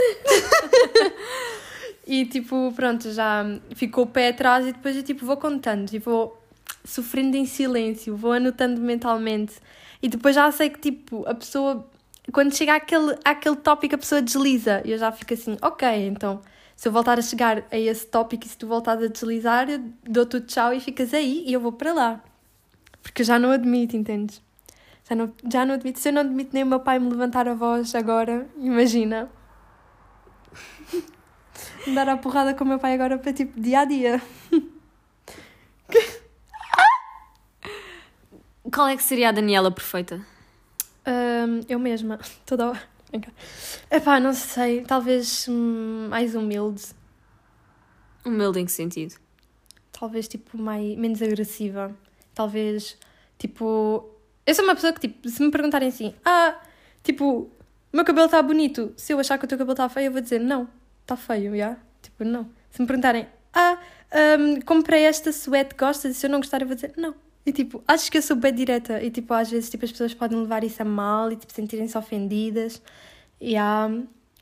E tipo, pronto, já fico o pé atrás e depois eu tipo vou contando e vou sofrendo em silêncio, vou anotando mentalmente e depois já sei que tipo, a pessoa, quando chega àquele, àquele tópico a pessoa desliza e eu já fico assim, ok, então... Se eu voltar a chegar a esse tópico e se tu voltares a deslizar, eu dou-te o tchau e ficas aí e eu vou para lá. Porque eu já não admito, entendes? Já não, já não admito. Se eu não admito nem o meu pai me levantar a voz agora, imagina. Dar a porrada com o meu pai agora para tipo dia a dia. Qual é que seria a Daniela perfeita? Um, eu mesma. Toda hora. Epá, não sei. Talvez hum, mais humilde. Humilde em que sentido? Talvez, tipo, mais, menos agressiva. Talvez, tipo... Eu sou uma pessoa que, tipo, se me perguntarem assim... Ah, tipo, o meu cabelo está bonito. Se eu achar que o teu cabelo está feio, eu vou dizer... Não, está feio, já? Tipo, não. Se me perguntarem... Ah, um, comprei esta suéte, gostas? E se eu não gostar, eu vou dizer... Não. E, tipo, acho que eu sou bem direta. E, tipo, às vezes, tipo, as pessoas podem levar isso a mal e, tipo, sentirem-se ofendidas. Yeah.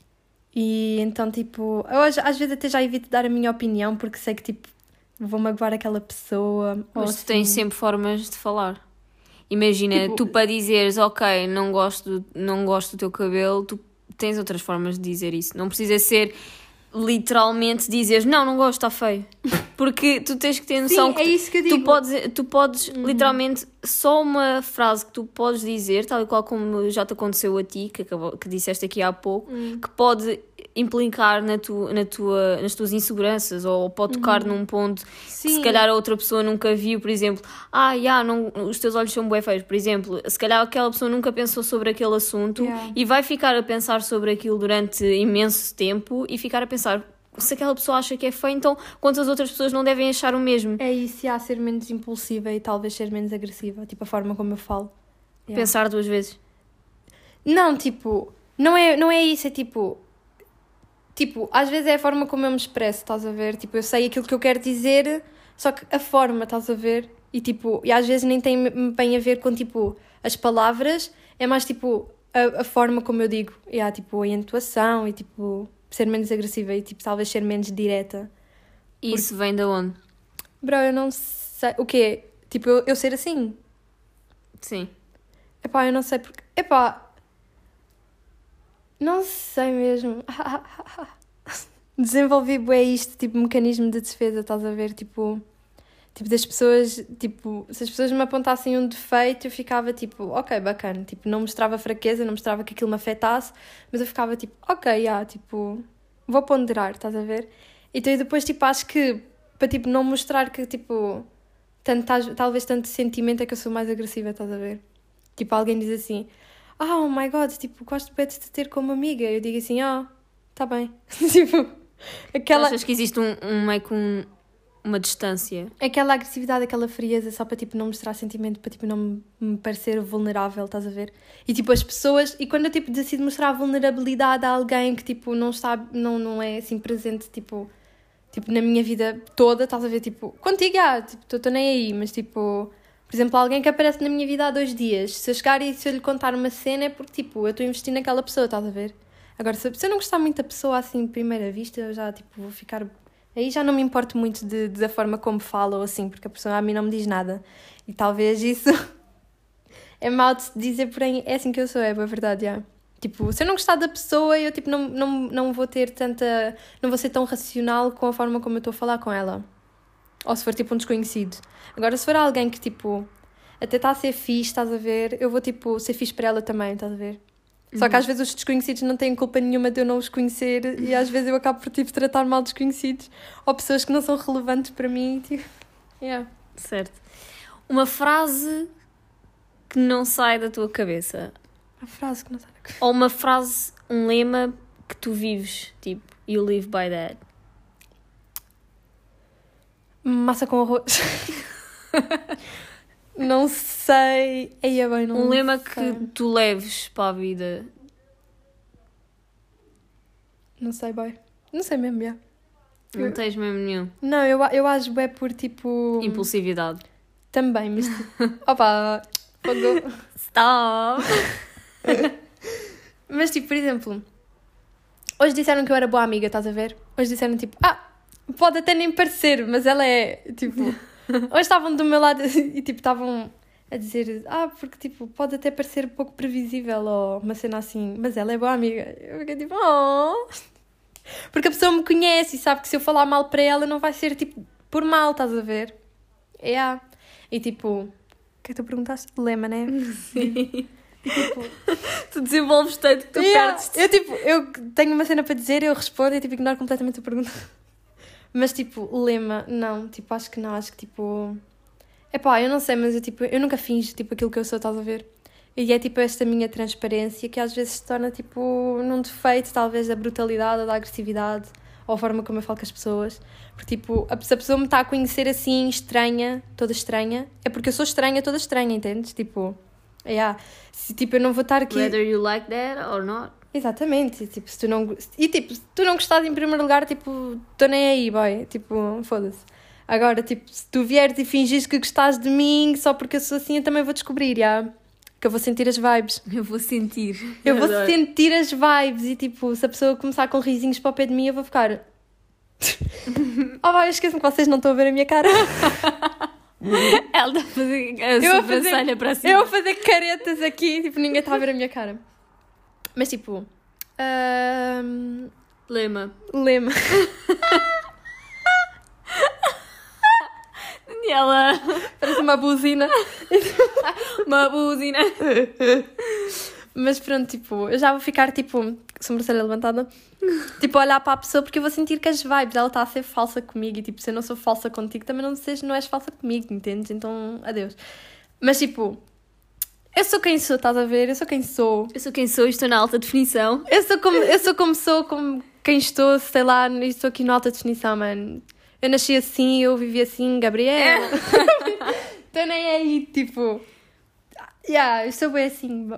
E então, tipo, eu às, às vezes até já evito dar a minha opinião porque sei que, tipo, vou magoar aquela pessoa. Mas tu assim. tens sempre formas de falar. Imagina, Tipo- tu para dizeres, ok, não gosto, não gosto do teu cabelo, tu tens outras formas de dizer isso. Não precisa ser literalmente dizeres, não, não gosto, está feio. Porque tu tens que ter noção Sim, que é tu- isso que eu digo. tu podes, tu podes literalmente, só uma frase que tu podes dizer, tal e qual como já te aconteceu a ti, que, acabou, que disseste aqui há pouco, que pode implicar na tu, na tua, nas tuas inseguranças ou pode tocar num ponto que se Sim. calhar a outra pessoa nunca viu, por exemplo, ah, yeah, não, os teus olhos são bué feios, por exemplo, se calhar aquela pessoa nunca pensou sobre aquele assunto Yeah. e vai ficar a pensar sobre aquilo durante imenso tempo e ficar a pensar, se aquela pessoa acha que é feio, então quantas outras pessoas não devem achar o mesmo? É isso, e há ser menos impulsiva e talvez ser menos agressiva. Tipo, a forma como eu falo. Yeah. Pensar duas vezes. Não, tipo, não é, não é isso, é tipo... Tipo, às vezes é a forma como eu me expresso, estás a ver? Tipo, eu sei aquilo que eu quero dizer, só que a forma, estás a ver? E tipo, e às vezes nem tem bem a ver com, tipo, as palavras, é mais, tipo, a, a forma como eu digo. E há, tipo, a entoação e, tipo, ser menos agressiva e, tipo, talvez ser menos direta. E isso vem de onde? Bro, eu não sei... O quê? Tipo, eu, eu ser assim? Sim. Epá, eu não sei porque... Epá... Não sei mesmo. Desenvolvi bué isto, tipo, mecanismo de defesa, estás a ver? Tipo, tipo, das pessoas, tipo, se as pessoas me apontassem um defeito, eu ficava tipo, ok, bacana. Tipo, não mostrava fraqueza, não mostrava que aquilo me afetasse, mas eu ficava tipo, ok, yeah, tipo, vou ponderar, estás a ver? Então, e depois, tipo, acho que, para, tipo, não mostrar que, tipo, tanto, talvez tanto sentimento é que eu sou mais agressiva, estás a ver? Tipo, alguém diz assim... Ah, oh my god, tipo, gosto bem de te ter como amiga. Eu digo assim, ah, oh, tá bem. Tipo, aquela... Achas que existe um, um meio que um, uma distância? Aquela agressividade, aquela frieza só para, tipo, não mostrar sentimento, para, tipo, não me, me parecer vulnerável, estás a ver? E, tipo, as pessoas... E quando eu, tipo, decido mostrar vulnerabilidade a alguém que, tipo, não está... Não, não é, assim, presente, tipo... Tipo, na minha vida toda, estás a ver? Tipo, contigo, ah, tipo, estou nem aí, mas, tipo... Por exemplo, alguém que aparece na minha vida há dois dias. Se eu chegar e se eu lhe contar uma cena é porque, tipo, eu estou a investir naquela pessoa, estás a ver? Agora, se eu não gostar muito da pessoa, assim, de primeira vista, eu já, tipo, vou ficar Aí já não me importo muito de, de da forma como falo ou assim, porque a pessoa a mim não me diz nada. E talvez isso é mau de se dizer, porém é assim que eu sou, é verdade, já. Tipo, se eu não gostar da pessoa, eu tipo, não, não, não vou ter tanta... Não vou ser tão racional com a forma como eu estou a falar com ela. Ou se for tipo um desconhecido. Agora, se for alguém que tipo até está a ser fixe, estás a ver, eu vou tipo ser fixe para ela também, estás a ver? Uhum. Só que às vezes os desconhecidos não têm culpa nenhuma de eu não os conhecer e às vezes eu acabo por tipo tratar mal desconhecidos ou pessoas que não são relevantes para mim. Tipo, yeah. Certo. Uma frase que não sai da tua cabeça. A frase que não sai da cabeça. Ou uma frase, um lema que tu vives, tipo, you live by that. Massa com arroz. Não sei. Eia bem, não Um lema sei. que tu leves para a vida. Não sei bem. Não sei mesmo, já. Não tens mesmo nenhum. Não, eu, eu acho é por tipo... Impulsividade. Também, mas tipo... Opa! Fogo. Stop! Mas tipo, por exemplo... Hoje disseram que eu era boa amiga, estás a ver? Hoje disseram tipo... Ah, pode até nem parecer, mas ela é... Tipo... Hoje estavam do meu lado e tipo estavam a dizer... Ah, porque tipo, pode até parecer um pouco previsível ou uma cena assim. Mas ela é boa amiga. Eu fiquei tipo... Oh... Porque a pessoa me conhece e sabe que se eu falar mal para ela não vai ser tipo por mal, estás a ver? É. Yeah. E tipo, o que é que tu perguntaste? Lema, né? Sim. E, tipo, tu desenvolves tanto que tu yeah. perdes-te. Eu tipo, eu tenho uma cena para dizer, eu respondo e tipo, ignoro completamente a pergunta. Mas tipo, lema, não, tipo, acho que não, acho que tipo... Epá, eu não sei, mas eu tipo, eu nunca finjo tipo aquilo que eu sou, estás a ver? E é tipo esta minha transparência que às vezes se torna tipo num defeito, talvez da brutalidade ou da agressividade ou a forma como eu falo com as pessoas. Porque tipo, se a pessoa me está a conhecer assim, estranha, toda estranha, é porque eu sou estranha, toda estranha, entendes? Tipo, yeah. Se tipo eu não vou estar aqui... Whether you like that or not. Exatamente, e, tipo, se tu não... E tipo, se tu não gostares em primeiro lugar, tipo, estou nem aí, boy, tipo, foda-se. Agora, tipo, se tu vieres e fingires que gostas de mim só porque eu sou assim, eu também vou descobrir, já. Que eu vou sentir as vibes. Eu vou sentir. Eu, eu vou adoro. sentir as vibes e tipo, se a pessoa começar com risinhos para o pé de mim, eu vou ficar... Oh, vai, eu esqueço-me que vocês não estão a ver a minha cara. Ela está a fazer a Eu vou sobrancelha fazer- para cima. Eu vou fazer caretas aqui, tipo, ninguém está a ver a minha cara. Mas tipo... ahm, Lema. lema. Daniela. Parece uma buzina. Uma buzina. Mas pronto, tipo, eu já vou ficar, tipo, sobrancelha levantada, tipo, a olhar para a pessoa porque eu vou sentir que as vibes, ela está a ser falsa comigo e, tipo, se eu não sou falsa contigo, também não, seja, não és falsa comigo, entendes? Então, adeus. Mas, tipo, eu sou quem sou, estás a ver? Eu sou quem sou. Eu sou quem sou e estou na alta definição. Eu sou como, eu sou como sou, como quem estou, sei lá, e estou aqui na alta definição, mano. Eu nasci assim, eu vivi assim, Gabriela. Estou nem aí, tipo... Yeah, eu sou bem assim,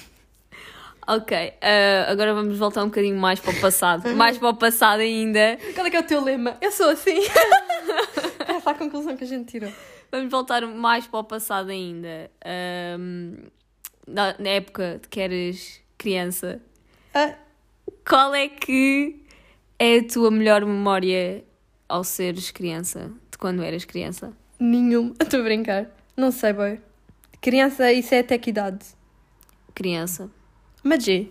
Ok, uh, agora vamos voltar um bocadinho mais para o passado. Mais para o passado ainda. Qual é que é o teu lema? Eu sou assim. Essa é a conclusão que a gente tirou. Vamos voltar mais para o passado ainda. Um, na, na época de que eras criança. Ah, Qual é que é a tua melhor memória ao seres criança? De quando eras criança? nenhum. Estou a brincar. Não sei, boy. Criança, isso é até que idade? Criança. Mas G.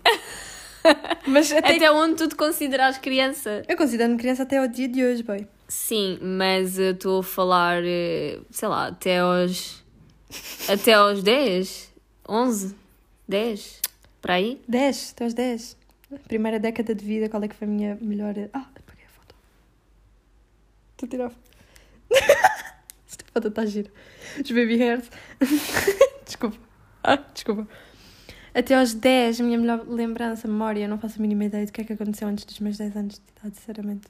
Mas até... Até onde tu te consideras criança? Eu considero-me criança até ao dia de hoje, boy. Sim, mas eu estou a falar, eh, sei lá, até aos... Até aos dez? onze? dez? Para aí? dez, até aos dez. Primeira década de vida, qual é que foi a minha melhor... Ah, apaguei a foto. Estou a tirar a foto. Esta foto está gira. Os baby hairs. Desculpa. Ah, desculpa. Até aos dez, a minha melhor lembrança, memória, eu não faço a mínima ideia do que é que aconteceu antes dos meus dez anos de idade, sinceramente.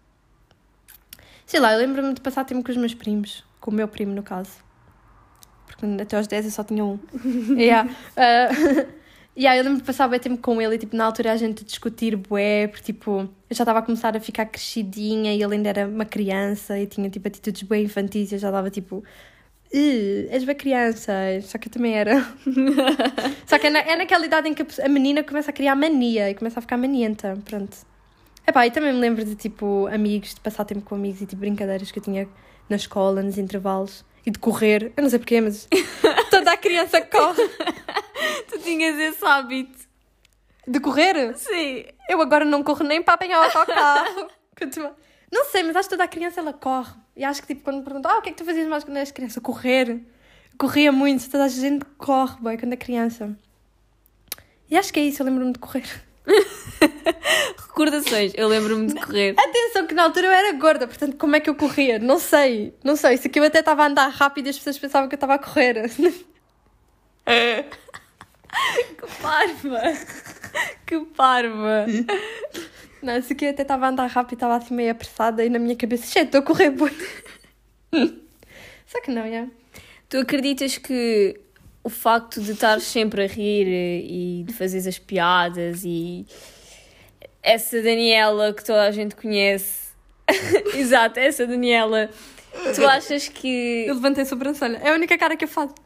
Sei lá, eu lembro-me de passar tempo com os meus primos, com o meu primo, no caso. Porque até aos dez eu só tinha um. yeah. Uh, yeah, eu lembro de passar bem tempo com ele e, tipo, na altura a gente discutir bué, porque, tipo, eu já estava a começar a ficar crescidinha e ele ainda era uma criança e tinha, tipo, atitudes bué infantis e eu já dava, tipo... Uh, és bem criança, só que eu também era. Só que é, na, é naquela idade em que a menina começa a criar mania e começa a ficar manienta, pronto. Epá, e também me lembro de, tipo, amigos, de passar tempo com amigos e, tipo, brincadeiras que eu tinha na escola, nos intervalos. E de correr. Eu não sei porquê, mas toda a criança corre. Tu tinhas esse hábito. De correr? Sim. Eu agora não corro nem para apanhar o autocarro. Não sei, mas acho que toda a criança, ela corre. E acho que, tipo, quando me perguntam, ah, o que é que tu fazias mais quando eras criança? Correr. Corria muito. Toda a gente corre, bem, quando é criança. E acho que é isso, eu lembro-me de correr. Recordações, eu lembro-me de correr. Atenção que na altura eu era gorda, portanto como é que eu corria? Não sei, não sei, isso aqui eu até estava a andar rápido e as pessoas pensavam que eu estava a correr. Que parva! Que parva! Não, isso aqui eu até estava a andar rápido, estava assim meio apressada e na minha cabeça, gente, estou a correr muito. Só que não, é. Tu acreditas que o facto de estar sempre a rir e de fazeres as piadas e essa Daniela que toda a gente conhece, exato, essa Daniela, tu achas que... Eu levantei a sobrancelha, é a única cara que eu faço.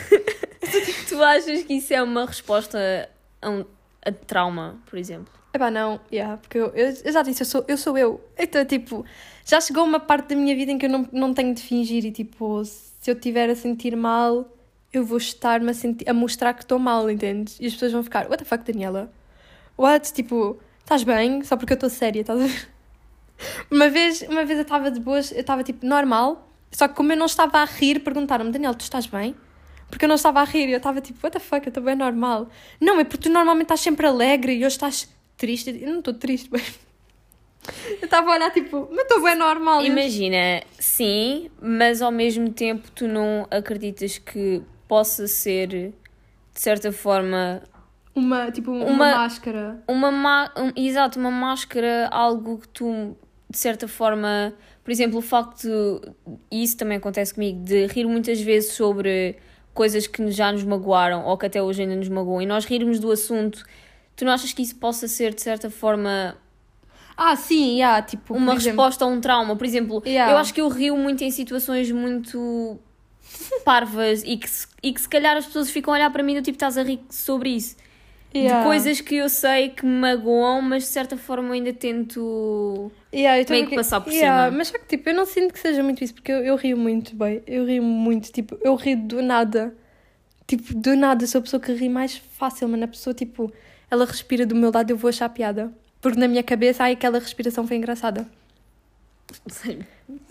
Tu achas que isso é uma resposta a, um, a trauma, por exemplo? Epá, não, yeah, porque eu, eu, eu já disse, eu sou, eu sou eu. Então, tipo, já chegou uma parte da minha vida em que eu não, não tenho de fingir e, tipo, se eu estiver a sentir mal, eu vou estar-me a, sentir, a mostrar que estou mal, entendes? E as pessoas vão ficar, what the fuck, Daniela? What? Tipo, estás bem? Só porque eu estou séria, estás a ver? Uma vez, uma vez eu estava de boas, eu estava, tipo, normal, só que como eu não estava a rir, perguntaram-me, Daniela, tu estás bem? Porque eu não estava a rir e eu estava tipo, what the fuck, eu estou bem normal. Não, é porque tu normalmente estás sempre alegre e hoje estás triste. Eu não estou triste, bem. Eu estava a olhar tipo, mas estou bem normal. Imagina, sim, mas ao mesmo tempo tu não acreditas que possa ser, de certa forma... Uma, tipo, uma, uma máscara. Uma má, um, exato, uma máscara, algo que tu, de certa forma... Por exemplo, o facto, de, e isso também acontece comigo, de rir muitas vezes sobre coisas que já nos magoaram ou que até hoje ainda nos magoam e nós rirmos do assunto, tu não achas que isso possa ser, de certa forma... Ah, sim, yeah, tipo... Uma resposta a um trauma, por exemplo. Yeah. Eu acho que eu rio muito em situações muito parvas e que, se, e que se calhar as pessoas ficam a olhar para mim do tipo, estás a rir sobre isso. Yeah. De coisas que eu sei que me magoam, mas de certa forma eu ainda tento yeah, eu meio que que... passar por yeah, cima. Mas só que tipo, eu não sinto que seja muito isso, porque eu, eu rio muito, bem. Eu rio muito, tipo, eu rio do nada. Tipo, do nada, sou a pessoa que ri mais fácil, mano. A pessoa, tipo, ela respira do meu lado, eu vou achar piada. Porque na minha cabeça, ai, aquela respiração foi engraçada. Sei.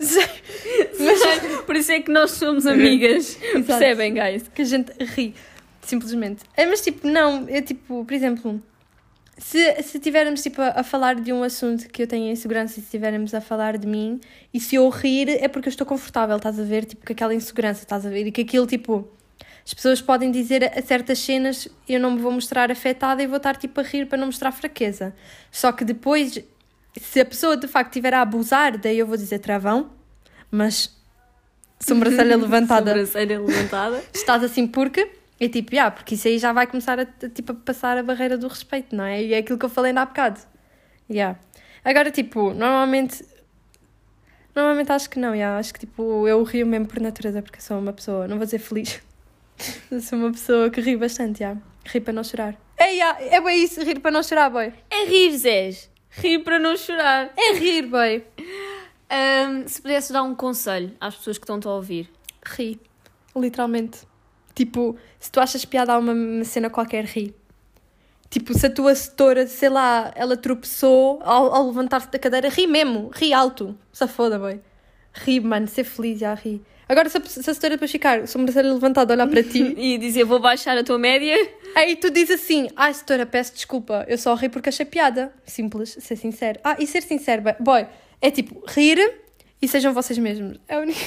Mas por isso é que nós somos amigas. Percebem, guys? Que a gente ri, simplesmente. É, mas tipo, não, eu tipo, por exemplo, se, se tivermos tipo a, a falar de um assunto que eu tenho insegurança e se estivermos a falar de mim, e se eu rir é porque eu estou confortável, estás a ver? Tipo, com aquela insegurança, estás a ver? E que aquilo, tipo... As pessoas podem dizer a certas cenas, eu não me vou mostrar afetada e vou estar tipo a rir para não mostrar fraqueza. Só que depois, se a pessoa de facto estiver a abusar, daí eu vou dizer travão, mas sobrancelha levantada. Sobrancelha levantada. Estás assim porque? É tipo, yeah, porque isso aí já vai começar a, tipo, a passar a barreira do respeito, não é? E é aquilo que eu falei ainda há bocado. Yeah. Agora, tipo, normalmente... Normalmente acho que não, yeah. Acho que tipo, eu rio mesmo por natureza, porque eu sou uma pessoa, não vou dizer feliz. Eu sou uma pessoa que ri bastante, já. Ri para não chorar. É, yeah, é bem isso, rir para não chorar, boy. É rir, Zés. Rir para não chorar. É rir, boy. Um, se pudesse dar um conselho às pessoas que estão-te a ouvir. Ri. Literalmente. Tipo, se tu achas piada a uma, uma cena qualquer, ri. Tipo, se a tua setora, sei lá, ela tropeçou ao, ao levantar-se da cadeira, ri mesmo. Ri alto. Se foda, boy. Ri, mano. Ser feliz, já ri. Agora, se a, se a setora depois ficar, sobrancelha levantada, olhar para ti... e dizer, vou baixar a tua média... Aí tu dizes assim, ai, setora, peço desculpa, eu só ri porque achei piada. Simples, ser sincero. Ah, e ser sincero, boy, é tipo, rir e sejam vocês mesmos. É o único...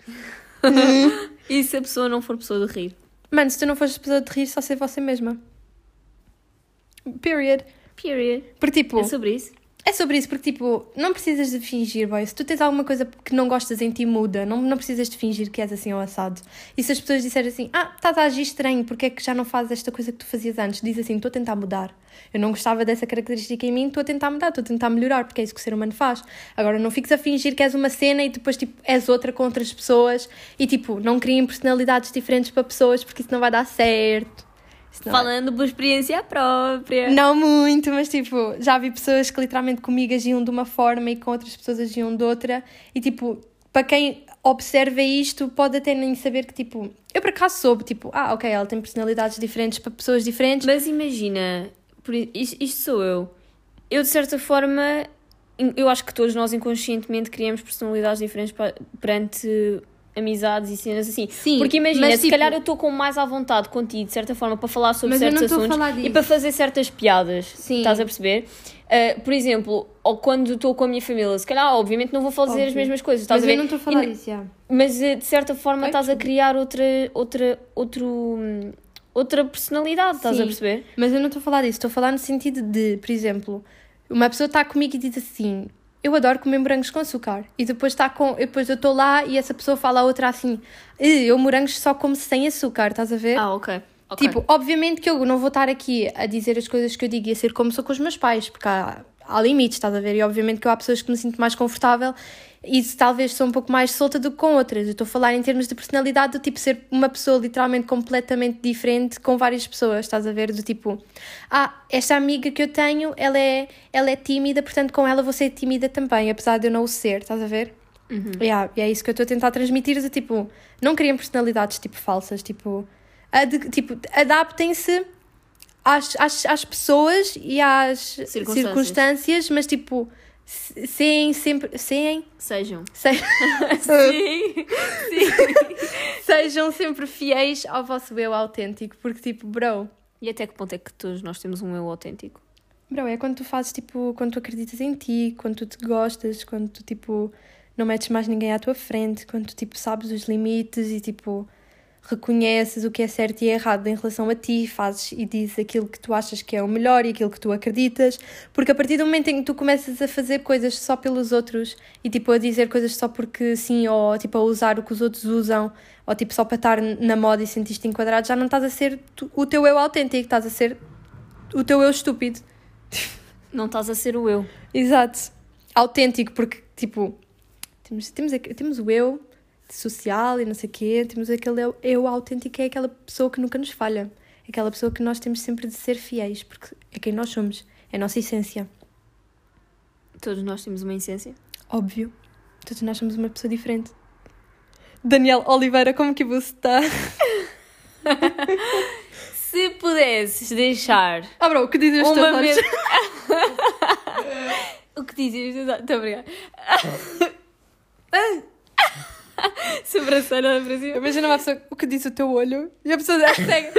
E se a pessoa não for pessoa de rir? Mano, se tu não fores pessoa de rir, só ser você mesma. Period. Period. Porque tipo... É sobre isso? É sobre isso, porque, tipo, não precisas de fingir, boy. Se tu tens alguma coisa que não gostas em ti, muda. Não, não precisas de fingir que és assim ou assado. E se as pessoas disserem assim, ah, estás a agir estranho, porque é que já não fazes esta coisa que tu fazias antes? Diz assim, estou a tentar mudar. Eu não gostava dessa característica em mim, estou a tentar mudar, estou a tentar melhorar, porque é isso que o ser humano faz. Agora, não fiques a fingir que és uma cena e depois, tipo, és outra com outras pessoas. E, tipo, não criem personalidades diferentes para pessoas, porque isso não vai dar certo. Não Falando por experiência própria. Não muito, mas tipo, já vi pessoas que literalmente comigo agiam de uma forma e com outras pessoas agiam de outra. E tipo, para quem observa isto, pode até nem saber que tipo... Eu por acaso soube, tipo, ah, ok, ela tem personalidades diferentes para pessoas diferentes. Mas imagina, por i- isto, isto sou eu. Eu, de certa forma, eu acho que todos nós inconscientemente criamos personalidades diferentes pa- perante amizades e cenas assim. Sim, Porque imagina, mas, se tipo- calhar eu estou com mais à vontade contigo, de certa forma, para falar sobre Mas eu certos não estou a assuntos falar e disso. para fazer certas piadas. Sim. Estás a perceber? Uh, por exemplo, ou quando estou com a minha família, se calhar, obviamente, não vou fazer Óbvio. as mesmas coisas. Estás Mas a ver? eu não estou a falar E- disso, já. Mas uh, de certa forma Ai, estás a desculpa. criar outra, outra, outro, hum, outra personalidade, estás Sim. a perceber? Mas eu não estou a falar disso, estou a falar no sentido de, por exemplo, uma pessoa está comigo e diz assim, eu adoro comer morangos com açúcar. E depois, está com, depois eu estou lá e essa pessoa fala a outra assim, "Eh, eu morangos só como sem açúcar", estás a ver? Ah, ok. ok. Tipo, obviamente que eu não vou estar aqui a dizer as coisas que eu digo e a ser como sou com os meus pais, porque há, há limites, estás a ver? E obviamente que há pessoas que me sinto mais confortável e se talvez sou um pouco mais solta do que com outras. Eu estou a falar em termos de personalidade, do tipo ser uma pessoa literalmente completamente diferente com várias pessoas, estás a ver? Do tipo, ah, esta amiga que eu tenho, ela é, ela é tímida, portanto com ela vou ser tímida também, apesar de eu não o ser, estás a ver? Uhum. Yeah, e é isso que eu estou a tentar transmitir, de tipo, não criem personalidades tipo falsas, tipo, ad, tipo adaptem-se às, às, às pessoas e às Circunstâncias. circunstâncias, mas tipo, se- seem sempre, seem, Sejam. se, Sim. sejam sempre fiéis ao vosso eu autêntico, porque tipo, bro, E até que ponto é que todos nós temos um eu autêntico? bro, é quando tu fazes, tipo, quando tu acreditas em ti, quando tu te gostas, quando tu, tipo, não metes mais ninguém à tua frente, quando tu, tipo, sabes os limites e, tipo, reconheces o que é certo e errado em relação a ti, fazes e dizes aquilo que tu achas que é o melhor e aquilo que tu acreditas, porque a partir do momento em que tu começas a fazer coisas só pelos outros e, tipo, a dizer coisas só porque sim, ou, tipo, a usar o que os outros usam, ou, tipo, só para estar na moda e sentir-te enquadrado, já não estás a ser tu- o teu eu autêntico, estás a ser o teu eu estúpido. Não estás a ser o eu. Exato. Autêntico, porque, tipo, temos, temos, aqu- temos o eu social e não sei o quê, temos aquele eu, eu autêntico, que é aquela pessoa que nunca nos falha. É aquela pessoa que nós temos sempre de ser fiéis, porque é quem nós somos, é a nossa essência. Todos nós temos uma essência. Óbvio. Todos nós somos uma pessoa diferente. Daniel Oliveira, como que você está? Se pudesses deixar Ah, bro, o que dizem os teus uma olhos? vez... O que dizes? Muito obrigada. Sobrancelha para cima. Imagina uma pessoa, o que diz o teu olho? E a pessoa é cega.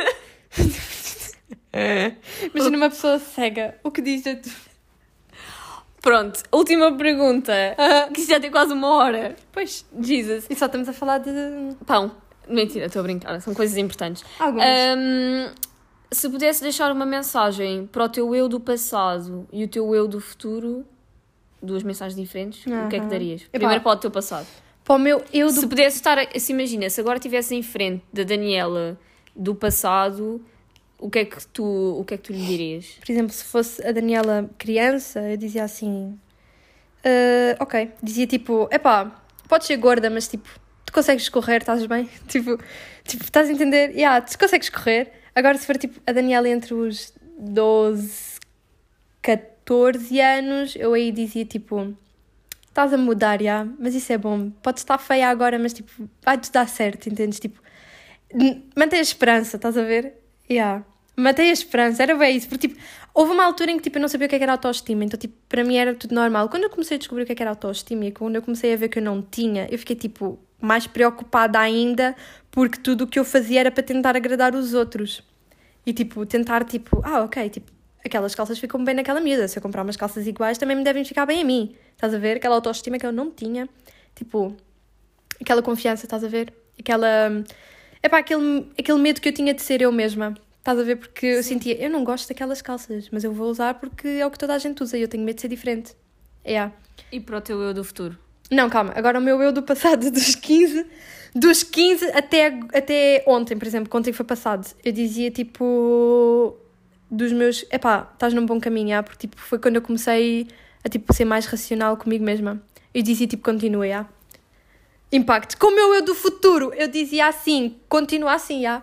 Imagina uma pessoa cega, o que diz a tu? Pronto, última pergunta. Que isto já tem quase uma hora. Pois, Jesus. e só estamos a falar de Pão. Mentira, estou a brincar. São coisas importantes. algumas. Ahm, se pudesse deixar uma mensagem para o teu eu do passado e o teu eu do futuro, duas mensagens diferentes, o que é que Aham. darias? Epá. Primeiro para o teu passado. Para o meu eu do... Se pudesse estar, a- se imagina, se agora estivesse em frente da Daniela do passado, o que é que tu, o que é que tu lhe dirias? Por exemplo, se fosse a Daniela criança, eu dizia assim... "Ah, ok." Dizia tipo... Epá, podes ser gorda, mas tipo... Tu consegues correr, estás bem? Tipo, tipo estás a entender? Yeah, tu consegues correr. Agora se for tipo a Daniela entre os doze, catorze anos, eu aí dizia tipo... Estás a mudar, já, mas isso é bom. Podes estar feia agora, mas tipo, vai-te dar certo, entendes? Tipo, n- mantém a esperança, estás a ver? Yeah. Mantém a esperança, era bem isso. Porque tipo, houve uma altura em que tipo, eu não sabia o que é que era autoestima, então tipo, para mim era tudo normal. Quando eu comecei a descobrir o que é que era autoestima e quando eu comecei a ver que eu não tinha, eu fiquei tipo, mais preocupada ainda, porque tudo o que eu fazia era para tentar agradar os outros. E tipo, tentar tipo, ah, ok, tipo, aquelas calças ficam bem naquela miúda. Se eu comprar umas calças iguais, também me devem ficar bem a mim. Estás a ver? Aquela autoestima que eu não tinha. Tipo, aquela confiança, estás a ver? Aquela... Epá, aquele, aquele medo que eu tinha de ser eu mesma. Estás a ver? Porque eu sentia, eu não gosto daquelas calças, mas eu vou usar porque é o que toda a gente usa e eu tenho medo de ser diferente. É. E para o teu eu do futuro? Não, calma. Agora o meu eu do passado, dos quinze... Dos quinze até, até ontem, por exemplo, contigo foi passado. Eu dizia, tipo... Dos meus... Epá, estás num bom caminho, já, porque tipo, foi quando eu comecei a tipo, ser mais racional comigo mesma. Eu dizia, tipo, continua, já. Impacto. Como eu, eu do futuro, eu dizia assim, continua assim, já.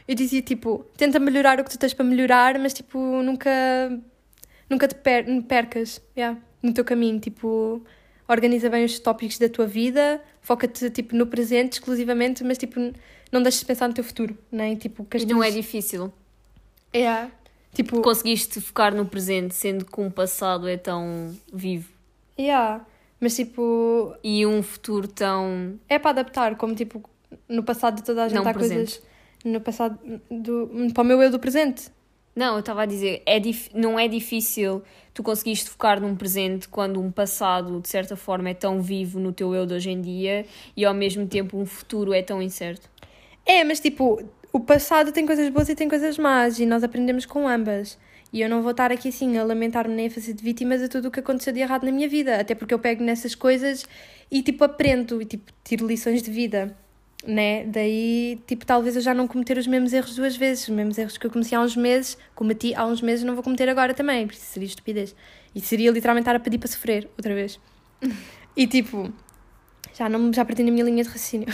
eu dizia tipo, tenta melhorar o que tu tens para melhorar, mas tipo, nunca, nunca te per percas yeah, no teu caminho. Tipo, organiza bem os tópicos da tua vida, foca-te tipo, no presente exclusivamente, mas tipo, não deixes de pensar no teu futuro, né? Tipo, que as E não é tuas- difícil. Yeah. Tipo, Conseguiste focar no presente, sendo que um passado é tão vivo. yeah. Mas tipo, E um futuro tão... é para adaptar, como tipo, no passado de toda a gente Não há presente. coisas. No passado, do, para o meu eu do presente. Não, eu estava a dizer, é dif... não é difícil tu conseguiste focar num presente quando um passado, de certa forma, é tão vivo no teu eu de hoje em dia e ao mesmo tempo um futuro é tão incerto. É, mas tipo, o passado tem coisas boas e tem coisas más e nós aprendemos com ambas. E eu não vou estar aqui assim a lamentar-me nem a fazer de vítima de tudo o que aconteceu de errado na minha vida. Até porque eu pego nessas coisas e tipo aprendo e tipo tiro lições de vida, né? Daí, tipo, talvez eu já não cometer os mesmos erros duas vezes. Os mesmos erros que eu cometi há uns meses, cometi há uns meses, não vou cometer agora também. Por isso seria estupidez. E seria literalmente estar a pedir para sofrer outra vez. E tipo, já, não, já perdi na minha linha de raciocínio.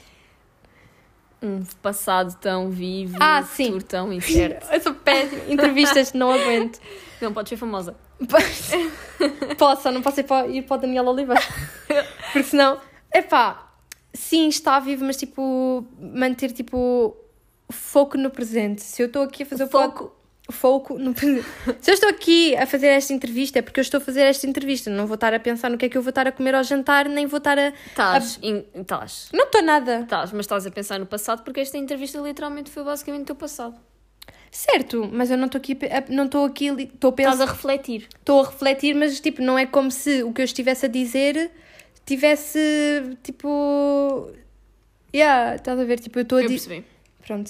Um passado tão vivo, Ah, um sim. futuro tão incerto. Eu sou péssima. Entrevistas, não aguento. Não podes ser famosa. Posso, só não posso ir para, ir para o Daniel Oliveira. Porque senão, epá, sim, está vivo, mas tipo, manter tipo foco no presente. Se eu estou aqui a fazer o, Foco. pod- foco no presente. Se eu estou aqui a fazer esta entrevista, é porque eu estou a fazer esta entrevista. Não vou estar a pensar no que é que eu vou estar a comer ao jantar, nem vou estar a. Estás, in- estás. Não estou nada. Estás, mas estás a pensar no passado porque esta entrevista literalmente foi basicamente o teu passado. Certo, mas eu não estou aqui, a- não estou aqui, li- estou a Estás pensar. a refletir. Estou a refletir, mas tipo, não é como se o que eu estivesse a dizer tivesse tipo. Yeah, estás a ver? Tipo, eu estou a Eu dizer. percebi. Pronto.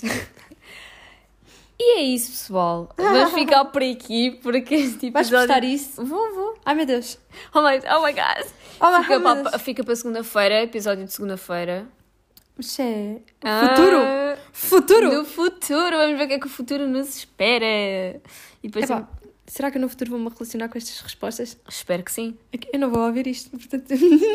E é isso, pessoal. Vamos ficar por aqui porque este Vais episódio... postar isso? Vou, vou. Ai meu Deus. Oh my, oh my God. Oh, my- Fica oh, meu para, Deus. fica para segunda-feira, episódio de segunda-feira. Isso é. Ah, Futuro! Futuro! No futuro, vamos ver o que é que o futuro nos espera. E depois Epá, será que eu no futuro vou-me relacionar com estas respostas? espero que sim. É que eu não vou ouvir isto, portanto.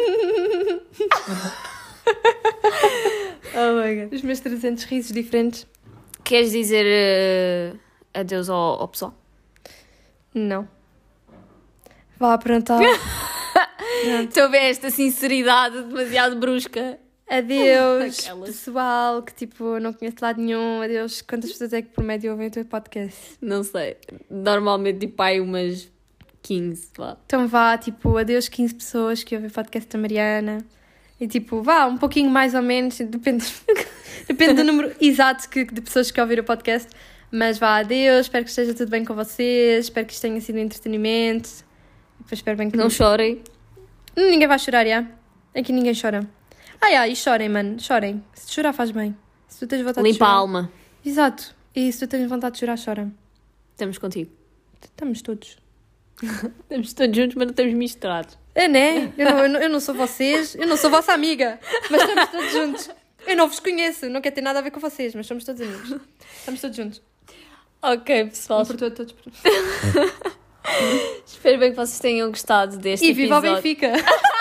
Oh my God. Os meus trezentos risos diferentes. Queres dizer eh, adeus ao, ao pessoal? Não. Vá, pronto. tá. Pronto. Estou a ver esta sinceridade demasiado brusca. Adeus, Aquelas. pessoal, que tipo, não conheço de lado nenhum. Adeus. Quantas pessoas é que por médio ouvem o teu podcast? Não sei. Normalmente, tipo, aí umas quinze, vá. Então vá, tipo, adeus quinze pessoas que ouvem o podcast da Mariana. E tipo, vá, um pouquinho mais ou menos, depende, depende do número exato que, de pessoas que ouviram o podcast. Mas vá, adeus, espero que esteja tudo bem com vocês, espero que isto tenha sido um entretenimento. E depois espero bem que Não chorem. ninguém vai chorar, já. Aqui ninguém chora. Ai, ai, e chorem, mano, chorem. Se chorar faz bem. Se tu tens vontade Limpa de a chorar. alma. Exato. E se tu tens vontade de chorar, chora. Estamos contigo. Estamos todos. Estamos todos juntos, mas não estamos misturados. É, né? Eu não, eu, não, eu não sou vocês, eu não sou vossa amiga, mas estamos todos juntos. Eu não vos conheço, não quero ter nada a ver com vocês, mas somos todos amigos. Estamos todos juntos. Ok, pessoal. Um por todo, todos por... Espero bem que vocês tenham gostado deste E viva o episódio. Benfica!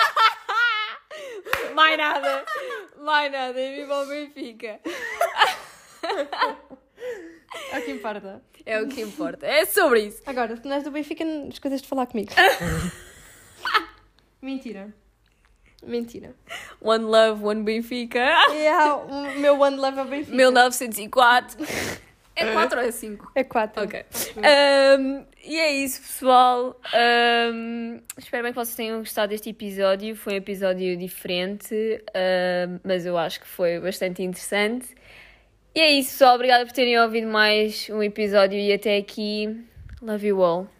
Mais nada. Mais nada. E viva o Benfica. É o que importa. É o que importa. É sobre isso. Agora, se não és do Benfica, não esqueças de falar comigo. Mentira. Mentira. One love, one Benfica. É, o meu one love é o Benfica. mil novecentos e quatro. É quatro ou é cinco? É quatro. Ok. Um, e é isso, pessoal. Um, espero bem que vocês tenham gostado deste episódio. Foi um episódio diferente, um, mas eu acho que foi bastante interessante. E é isso, pessoal. Obrigada por terem ouvido mais um episódio e até aqui. Love you all.